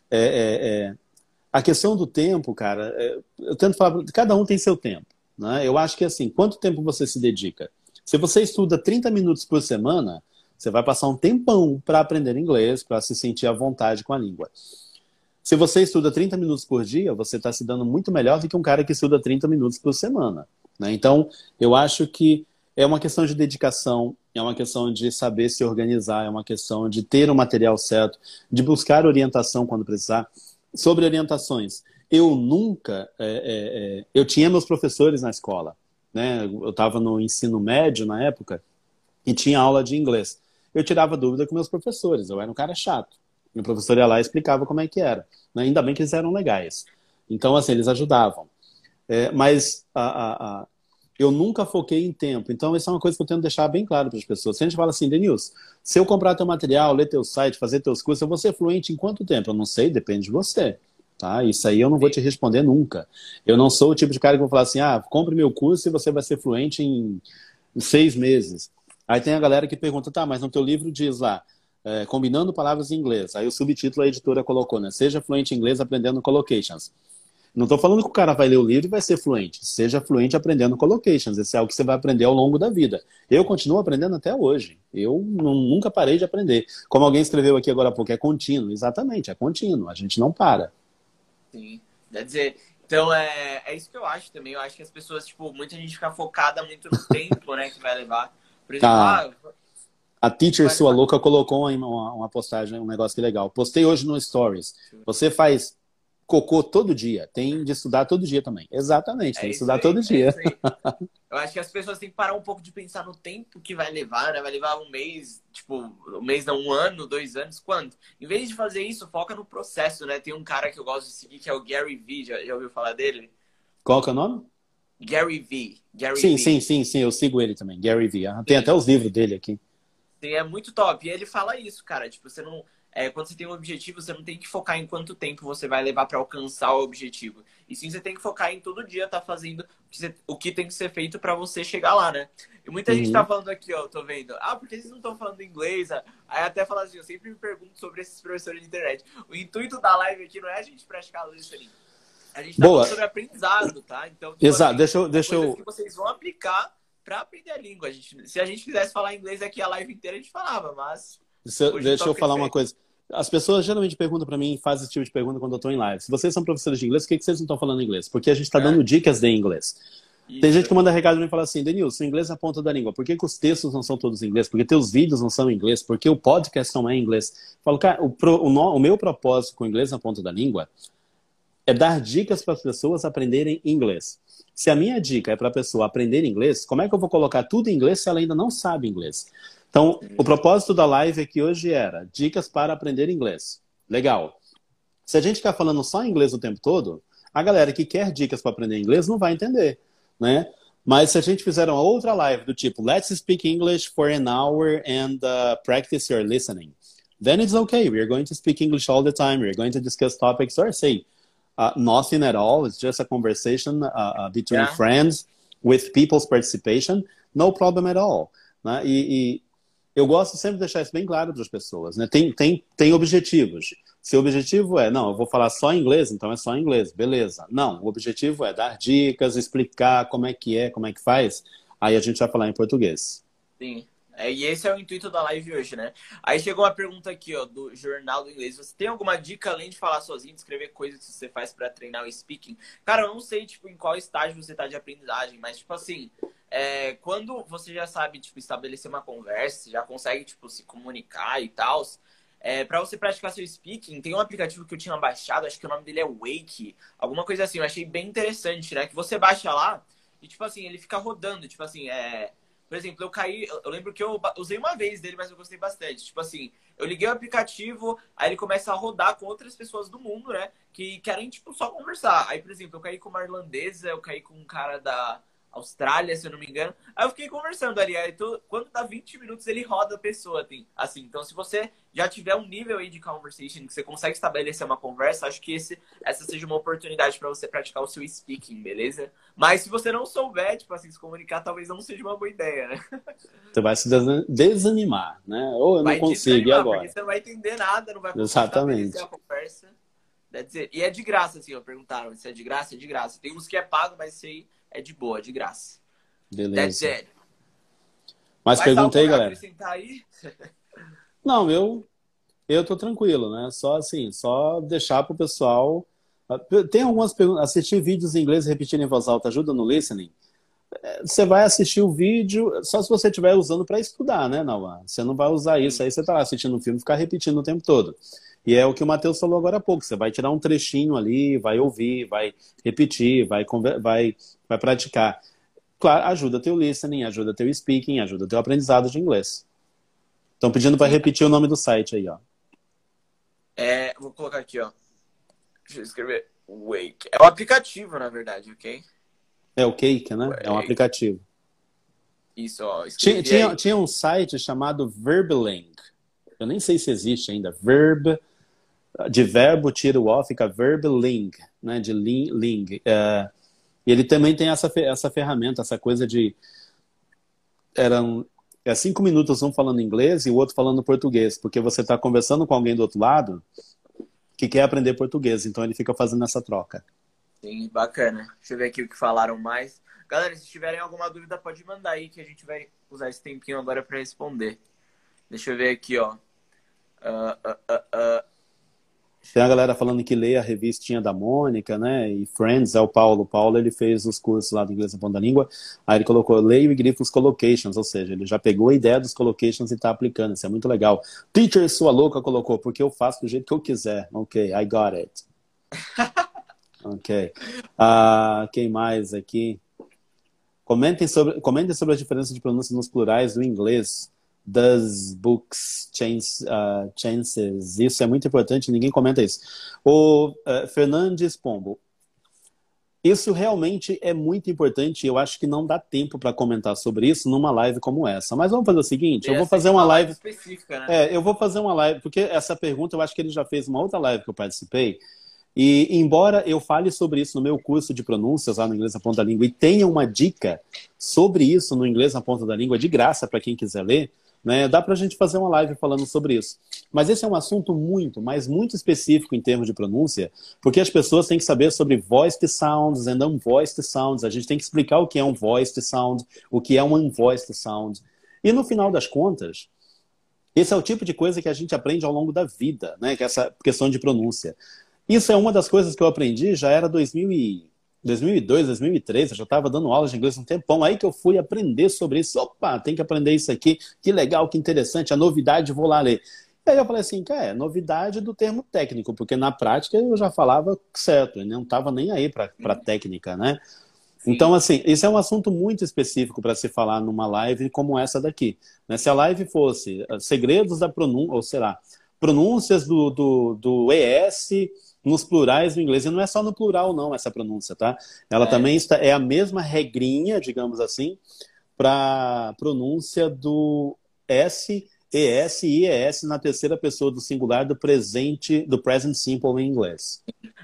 a questão do tempo, cara, eu tento falar, cada um tem seu tempo. Né? Eu acho que, assim, quanto tempo você se dedica? Se você estuda 30 minutos por semana, você vai passar um tempão para aprender inglês, para se sentir à vontade com a língua. Se você estuda 30 minutos por dia, você está se dando muito melhor do que um cara que estuda 30 minutos por semana. Né? Então, eu acho que é uma questão de dedicação, é uma questão de saber se organizar, é uma questão de ter o material certo, de buscar orientação quando precisar. Sobre orientações, eu nunca... eu tinha meus professores na escola. Né? Eu estava no ensino médio na época e tinha aula de inglês. Eu tirava dúvida com meus professores, eu era um cara chato. Meu professor ia lá e explicava como é que era. Né? Ainda bem que eles eram legais. Então, assim, eles ajudavam. Mas eu nunca foquei em tempo. Então, isso é uma coisa que eu tento deixar bem claro para as pessoas. Se a gente fala assim, Denilson, se eu comprar teu material, ler teu site, fazer teus cursos, eu vou ser fluente em quanto tempo? Eu não sei, depende de você. Tá? Isso aí eu não vou te responder nunca. Eu não sou o tipo de cara que vou falar assim, compre meu curso e você vai ser fluente em 6 meses. Aí tem a galera que pergunta, tá, mas no teu livro diz lá, combinando palavras em inglês. Aí o subtítulo a editora colocou, né? Seja fluente em inglês aprendendo collocations. Não estou falando que o cara vai ler o livro e vai ser fluente. Seja fluente aprendendo collocations. Esse é algo que você vai aprender ao longo da vida. Eu continuo aprendendo até hoje. Eu nunca parei de aprender. Como alguém escreveu aqui agora há pouco, é contínuo. Exatamente, é contínuo. A gente não para. Sim, quer dizer, então é isso que eu acho também. Eu acho que as pessoas, tipo, muita gente fica focada muito no tempo, né, que vai levar. Por exemplo, a teacher sua louca colocou uma postagem, um negócio que legal. Postei hoje no Stories. Você faz cocô todo dia. Tem de estudar todo dia também. Exatamente, tem de estudar todo dia. Eu acho que as pessoas têm que parar um pouco de pensar no tempo que vai levar, né? Vai levar um mês, tipo, um mês não, 1 ano, 2 anos, quanto? Em vez de fazer isso, foca no processo, né? Tem um cara que eu gosto de seguir, que é o Gary Vee. Já ouviu falar dele? Qual que é o nome? Gary Vee. Sim, eu sigo ele também, Gary Vee. Tem até os livros dele aqui. Sim, é muito top. E ele fala isso, cara. Tipo, você não... quando você tem um objetivo, você não tem que focar em quanto tempo você vai levar para alcançar o objetivo. E sim, você tem que focar em todo dia estar fazendo o que tem que ser feito para você chegar lá, né? E muita gente tá falando aqui, ó, eu tô vendo. Por que vocês não estão falando inglês? Aí até fala assim, eu sempre me pergunto sobre esses professores de internet. O intuito da live aqui não é a gente praticar listening. A gente tá falando sobre aprendizado, tá? Então, tipo, exato, assim, deixa eu... que vocês vão aplicar para aprender a língua. Se a gente quisesse falar inglês aqui a live inteira, a gente falava, mas... Deixa eu falar uma coisa. As pessoas geralmente perguntam para mim, fazem esse tipo de pergunta quando eu estou em live. Se vocês são professores de inglês, por que vocês não estão falando inglês? Porque a gente está dando dicas de inglês. Isso. Tem gente que manda recado e fala assim, Denilson, o inglês é a ponta da língua. Por que os textos não são todos em inglês? Por que teus vídeos não são em inglês? Por que o podcast não é em inglês? Eu falo, cara, o meu propósito com o inglês na ponta da língua é dar dicas para as pessoas aprenderem inglês. Se a minha dica é para a pessoa aprender inglês, como é que eu vou colocar tudo em inglês se ela ainda não sabe inglês? Então, o propósito da live aqui hoje era dicas para aprender inglês. Legal. Se a gente ficar falando só inglês o tempo todo, a galera que quer dicas para aprender inglês não vai entender, né? Mas se a gente fizer uma outra live do tipo Let's speak English for an hour and practice your listening, then it's okay. We're going to speak English all the time. We're going to discuss topics or say nothing at all. It's just a conversation between Yeah. friends with people's participation. No problem at all. Né? E eu gosto sempre de deixar isso bem claro para as pessoas. Né? Tem objetivos. Se o objetivo é, não, eu vou falar só inglês, então é só inglês, beleza. Não, o objetivo é dar dicas, explicar como é que faz. Aí a gente vai falar em português. Sim. E esse é o intuito da live hoje, né? Aí chegou uma pergunta aqui, ó, do Jornal do Inglês. Você tem alguma dica, além de falar sozinho, de escrever coisas que você faz para treinar o speaking? Cara, eu não sei, tipo, em qual estágio você tá de aprendizagem, mas, tipo assim, quando você já sabe, tipo, estabelecer uma conversa, já consegue, tipo, se comunicar e tal, para você praticar seu speaking, tem um aplicativo que eu tinha baixado, acho que o nome dele é Wake, alguma coisa assim, eu achei bem interessante, né? Que você baixa lá e, tipo assim, ele fica rodando, tipo assim, por exemplo, eu lembro que eu usei uma vez dele, mas eu gostei bastante. Tipo assim, eu liguei o aplicativo, aí ele começa a rodar com outras pessoas do mundo, né? Que querem, tipo, só conversar. Aí, por exemplo, eu caí com uma irlandesa, eu caí com um cara da Austrália, se eu não me engano. Aí eu fiquei conversando ali. Quando dá 20 minutos, ele roda a pessoa, assim. Então, se você já tiver um nível aí de conversation que você consegue estabelecer uma conversa, acho que essa seja uma oportunidade para você praticar o seu speaking, beleza? Mas se você não souber, tipo assim, se comunicar, talvez não seja uma boa ideia, né? Você vai se desanimar, né? Ou eu não Vai consigo, e desanimar, porque agora? você não vai entender nada, não vai conseguir estabelecer Exatamente. a conversa. E é de graça, assim, ó. Perguntaram se é de graça, é de graça. Tem uns que é pago, mas isso aí é de boa, de graça. That's Beleza. it. Mas Mais algo perguntei, a galera. acrescentar aí? Não, eu tô tranquilo, né? Só assim, só deixar pro pessoal. Tem algumas perguntas. Assistir vídeos em inglês e repetir em voz alta ajuda no listening? Você vai assistir o vídeo só se você estiver usando para estudar, né, Nauan? Você não vai usar isso Sim. aí, você tá lá assistindo um filme e ficar repetindo o tempo todo. E é o que o Matheus falou agora há pouco. Você vai tirar um trechinho ali, vai ouvir, vai repetir, vai praticar. Claro, ajuda teu listening, ajuda teu speaking, ajuda teu aprendizado de inglês. Estão pedindo para Sim. repetir o nome do site aí, ó. Vou colocar aqui, ó. Deixa eu escrever. Wake. É o aplicativo, na verdade, ok? É o Cake, né? É um Wake. aplicativo. Isso, ó. Tinha, Escrevi tinha, aí. tinha um site chamado Verbling. Eu nem sei se existe ainda. De verbo tira o O, fica Verbling, né? De ling. E ele também tem essa ferramenta, essa coisa de... Eram 5 minutos um falando inglês e o outro falando português, porque você está conversando com alguém do outro lado que quer aprender português, então ele fica fazendo essa troca. Sim, bacana. Deixa eu ver aqui o que falaram mais. Galera, se tiverem alguma dúvida, pode mandar aí que a gente vai usar esse tempinho agora para responder. Deixa eu ver aqui, ó. Tem a galera falando que lê a revistinha da Mônica, né? E Friends, é o Paulo. O Paulo, ele fez os cursos lá do Inglês na Ponta da Língua. Aí ele colocou, leio e grifo os collocations, ou seja, ele já pegou a ideia dos collocations e tá aplicando. Isso é muito legal. Teacher, sua louca, colocou, porque eu faço do jeito que eu quiser. Ok, I got it. Ok. Quem mais aqui? Comentem sobre a diferença de pronúncia nos plurais do inglês. Does, books, chances. Isso é muito importante, ninguém comenta isso. O Fernandes Pombo. Isso realmente é muito importante. Eu acho que não dá tempo para comentar sobre isso numa live como essa. Mas vamos fazer o seguinte: eu vou fazer uma live específica, né? eu vou fazer uma live, porque essa pergunta eu acho que ele já fez uma outra live que eu participei. E embora eu fale sobre isso no meu curso de pronúncias lá no Inglês na Ponta da Língua e tenha uma dica sobre isso no Inglês na Ponta da Língua de graça para quem quiser ler, né, dá para a gente fazer uma live falando sobre isso. Mas esse é um assunto muito, mas muito específico em termos de pronúncia, porque as pessoas têm que saber sobre voiced sounds and unvoiced sounds. A gente tem que explicar o que é um voiced sound, o que é um unvoiced sound. E no final das contas, esse é o tipo de coisa que a gente aprende ao longo da vida, né, que é essa questão de pronúncia. Isso é uma das coisas que eu aprendi, já era 2002, 2003, eu já estava dando aulas de inglês um tempão, aí que eu fui aprender sobre isso. Opa, tem que aprender isso aqui, que legal, que interessante, a novidade, vou lá ler. E aí eu falei assim, cara, novidade do termo técnico, porque na prática eu já falava certo, eu não estava nem aí para técnica, né? Sim. Então, assim, isso é um assunto muito específico para se falar numa live como essa daqui. Né? Se a live fosse segredos da pronúncia, ou sei lá, pronúncias do ES nos plurais do inglês. E não é só no plural, não, essa pronúncia, tá? Ela também é a mesma regrinha, digamos assim, para pronúncia do S, ES e ES na terceira pessoa do singular do present simple em inglês.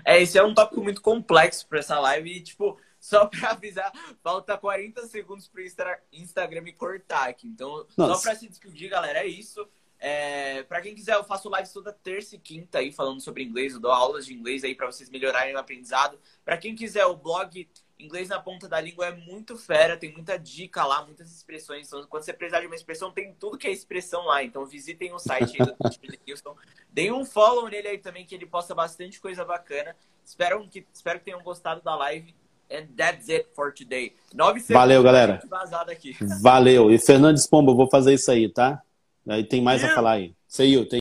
Esse é um tópico muito complexo para essa live e, tipo, só para avisar, falta 40 segundos pro Instagram me cortar aqui. Então, Nossa. só para se despedir, galera, é isso. Para quem quiser, eu faço lives toda terça e quinta aí falando sobre inglês, eu dou aulas de inglês aí para vocês melhorarem o aprendizado. Para quem quiser, o blog Inglês na Ponta da Língua é muito fera, tem muita dica lá, muitas expressões. Então, quando você precisar de uma expressão, tem tudo que é expressão lá. Então, visitem o site aí do Teacher Denilson. Deem um follow nele aí também, que ele posta bastante coisa bacana. Espero que tenham gostado da live. And that's it for today. 9 segundos. Valeu, galera. Aqui. Valeu. E Fernandes Pombo, eu vou fazer isso aí, tá? Aí tem mais a falar aí. See you.